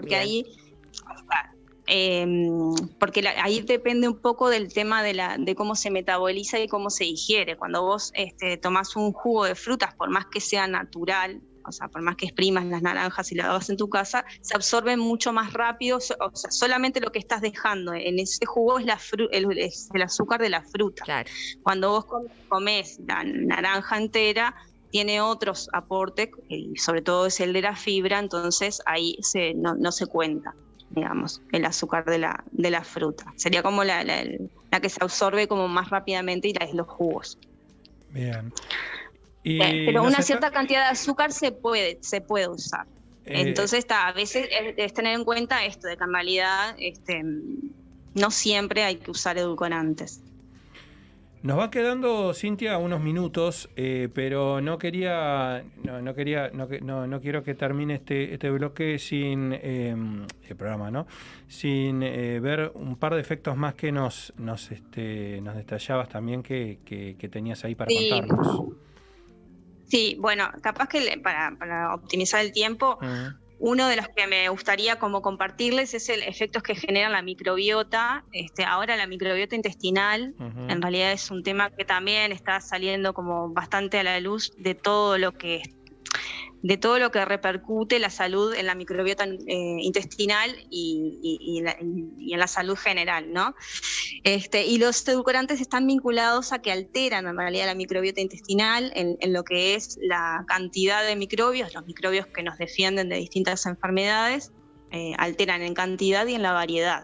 ahí depende un poco del tema de cómo se metaboliza y cómo se digiere. Cuando vos tomás un jugo de frutas, por más que sea natural, o sea, por más que exprimas las naranjas y las hagas en tu casa, se absorben mucho más rápido. O sea, solamente lo que estás dejando en ese jugo es el azúcar de la fruta. Claro. Cuando vos comés la naranja entera, tiene otros aportes, y sobre todo es el de la fibra, entonces ahí no se cuenta, digamos, el azúcar de la fruta. Sería como la que se absorbe como más rápidamente y la es los jugos. Bien. Pero una cierta cantidad de azúcar se puede usar. Entonces a veces es tener en cuenta esto, de que en realidad no siempre hay que usar edulcorantes. Nos va quedando, Cintia, unos minutos, pero no quiero que termine este bloque sin el programa, ¿no? Sin ver un par de efectos más que nos detallabas también que tenías ahí para contarnos. Sí, bueno, capaz que para optimizar el tiempo, uno de los que me gustaría como compartirles es el efectos que genera la microbiota. Ahora la microbiota intestinal, en realidad es un tema que también está saliendo como bastante a la luz de todo lo que repercute la salud en la microbiota intestinal y en la salud general, ¿no? Y los edulcorantes están vinculados a que alteran en realidad la microbiota intestinal en lo que es la cantidad de microbios, los microbios que nos defienden de distintas enfermedades, alteran en cantidad y en la variedad.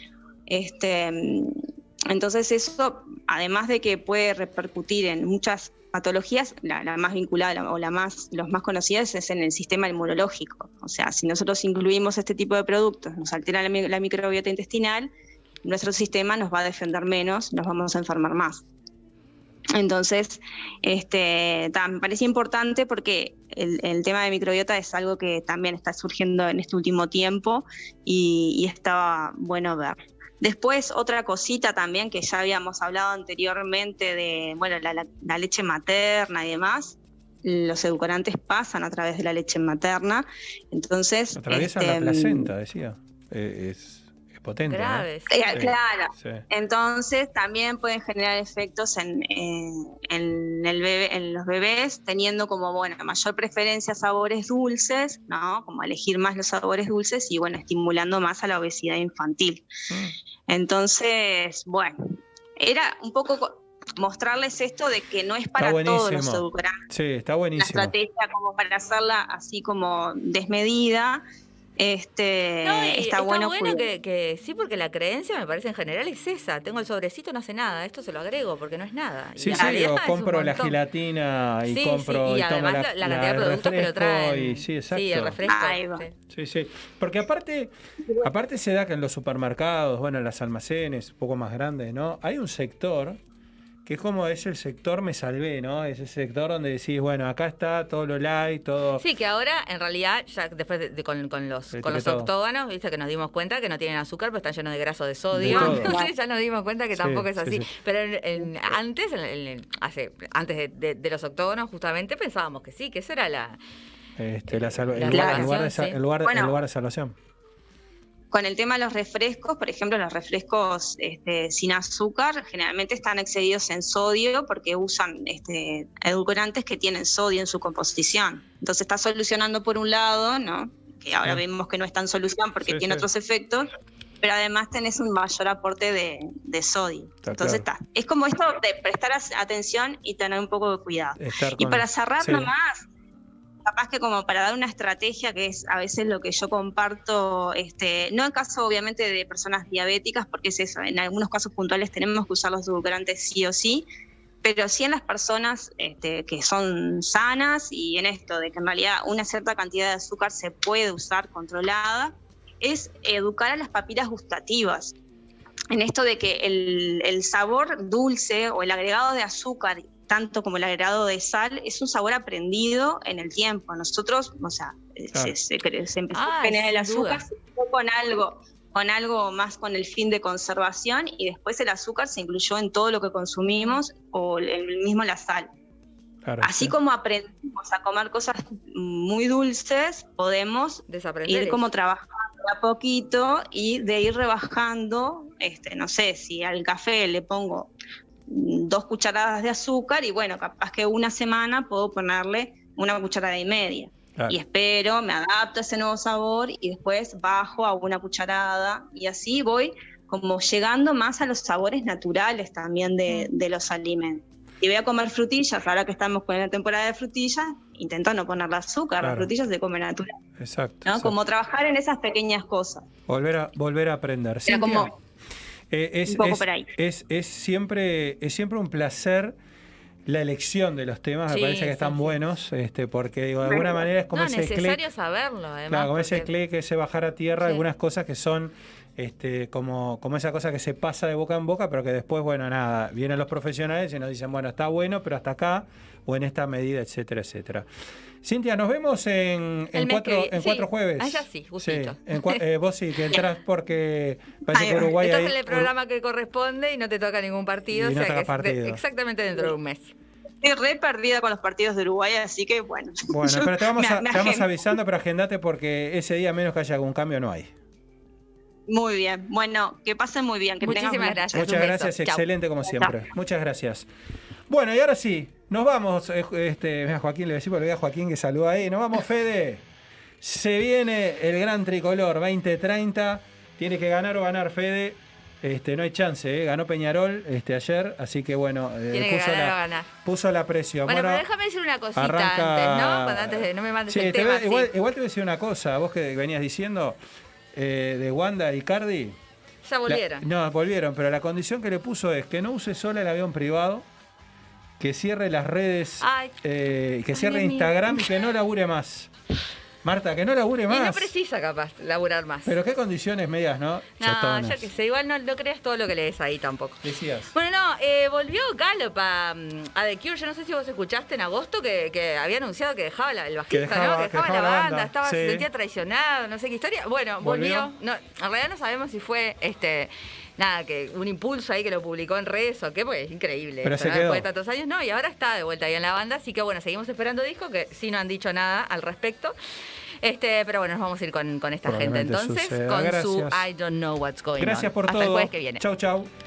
Entonces eso, además de que puede repercutir en muchas patologías, la más vinculada o los más conocidas es en el sistema inmunológico. O sea, si nosotros incluimos este tipo de productos, nos altera la microbiota intestinal, nuestro sistema nos va a defender menos, nos vamos a enfermar más. Entonces, me parece importante porque el tema de microbiota es algo que también está surgiendo en este último tiempo y estaba bueno ver. Después, otra cosita también que ya habíamos hablado anteriormente de la leche materna y demás. Los edulcorantes pasan a través de la leche materna. Entonces, atraviesan la placenta, decía. Es potente, grave, ¿no? sí. Claro. Sí. Entonces, también pueden generar efectos en los bebés, teniendo como mayor preferencia a sabores dulces, ¿no? Como elegir más los sabores dulces y estimulando más a la obesidad infantil. Entonces, era un poco mostrarles esto de que no es para todos los edulcorantes. Sí, está buenísimo. Una estrategia como para hacerla así como desmedida. Está bueno que sí, porque la creencia me parece en general es esa. Tengo el sobrecito, no hace nada, esto se lo agrego porque no es nada. Sí, o compro la gelatina y compro y tomo además la cantidad de productos que lo traen. Sí, exacto. Sí, el refresco. Sí. Porque aparte se da que en los supermercados, en los almacenes un poco más grandes, ¿no? Hay un sector que es como es el sector me salvé, ¿no? Es el sector donde decís, acá está todo lo light, todo... Sí, que ahora, en realidad, ya después con los octógonos, viste que nos dimos cuenta que no tienen azúcar, pero están llenos de graso de sodio. Entonces ya nos dimos cuenta que tampoco es así. Sí. Pero antes de los octógonos, justamente, pensábamos que sí, que esa era el lugar de salvación. Con el tema de los refrescos, por ejemplo, los refrescos sin azúcar generalmente están excedidos en sodio porque usan edulcorantes que tienen sodio en su composición. Entonces está solucionando por un lado, ¿no?, que ahora vemos que no es tan solución porque tiene otros efectos, pero además tenés un mayor aporte de sodio. Entonces es como esto de prestar atención y tener un poco de cuidado. Y para cerrar nomás, capaz que como para dar una estrategia, que es a veces lo que yo comparto, no en caso obviamente de personas diabéticas, porque es eso, en algunos casos puntuales tenemos que usar los edulcorantes sí o sí, pero sí en las personas que son sanas y en esto de que en realidad una cierta cantidad de azúcar se puede usar controlada, es educar a las papilas gustativas. En esto de que el sabor dulce o el agregado de azúcar, tanto como el agregado de sal, es un sabor aprendido en el tiempo. Nosotros, o sea, se empezó a generar el azúcar, se empezó con algo más con el fin de conservación, y después el azúcar se incluyó en todo lo que consumimos, o el mismo la sal. Claro, así como aprendimos a comer cosas muy dulces, podemos ir como trabajando a poquito y de ir rebajando, no sé, si al café le pongo 2 cucharadas de azúcar y bueno, capaz que una semana puedo ponerle 1,5 cucharadas. Claro. Y espero, me adapto a ese nuevo sabor y después bajo a 1 cucharada y así voy como llegando más a los sabores naturales también de los alimentos. Si voy a comer frutillas, ahora que estamos con la temporada de frutillas, intento no ponerle azúcar, las frutillas se comen natural. Exacto, ¿no? Como trabajar en esas pequeñas cosas. Volver a aprender. Cintia, como un poco por ahí. Es siempre un placer la elección de los temas, me parece que están buenos, porque digo, de alguna manera es como ese clic. Es necesario saberlo, además. Claro, como ese clic, ese bajar a tierra, algunas cosas que son como esa cosa que se pasa de boca en boca, pero que después, bueno, nada, vienen los profesionales y nos dicen, bueno, está bueno, pero hasta acá, o en esta medida, etcétera, etcétera. Cintia, nos vemos en 4 jueves. Ah, ya sí, justito. Sí, vos sí, que entras porque parece que Uruguay... Estás en el programa que corresponde y no te toca ningún partido, o sea que exactamente dentro de un mes. Estoy re perdida con los partidos de Uruguay, así que bueno. Bueno, pero te vamos avisando, pero agendate porque ese día, menos que haya algún cambio, no hay. Muy bien, bueno, que pasen muy bien. Muchísimas gracias. Muchas gracias, excelente como siempre. Chao. Muchas gracias. Bueno, y ahora sí, nos vamos. Mira, Joaquín, le decimos, le voy a Joaquín que saluda ahí. Nos vamos, Fede. Se viene el gran tricolor 2030. Tiene que ganar o ganar, Fede. No hay chance, ganó Peñarol ayer, así que bueno, puso la presión. Bueno, pero déjame decir una cosita antes, ¿no? No me mandes el tema. Igual te voy a decir una cosa, vos que venías diciendo de Wanda y Cardi. Ya volvieron. No, volvieron, pero la condición que le puso es que no use sola el avión privado, que cierre las redes, que cierre Instagram y que no labure más. Marta, que no labure más. Y no precisa, capaz, laburar más. Pero qué condiciones medias, ¿no? No, yo qué sé, igual no creas todo lo que lees ahí tampoco. Decías. Bueno, volvió Gallup a The Cure. Yo no sé si vos escuchaste en agosto que había anunciado que dejaba el bajista, que dejaba la banda, se sentía traicionado, no sé qué historia. Bueno, volvió. No, en realidad no sabemos si fue que un impulso ahí que lo publicó en redes o qué, porque es increíble. Pero se quedó. Después de tantos años, y ahora está de vuelta ahí en la banda, así que bueno, seguimos esperando disco, que sí no han dicho nada al respecto. Pero bueno, nos vamos a ir con esta gente entonces, con su I Don't Know What's Going On. Gracias por todo. Hasta el jueves que viene. Chau.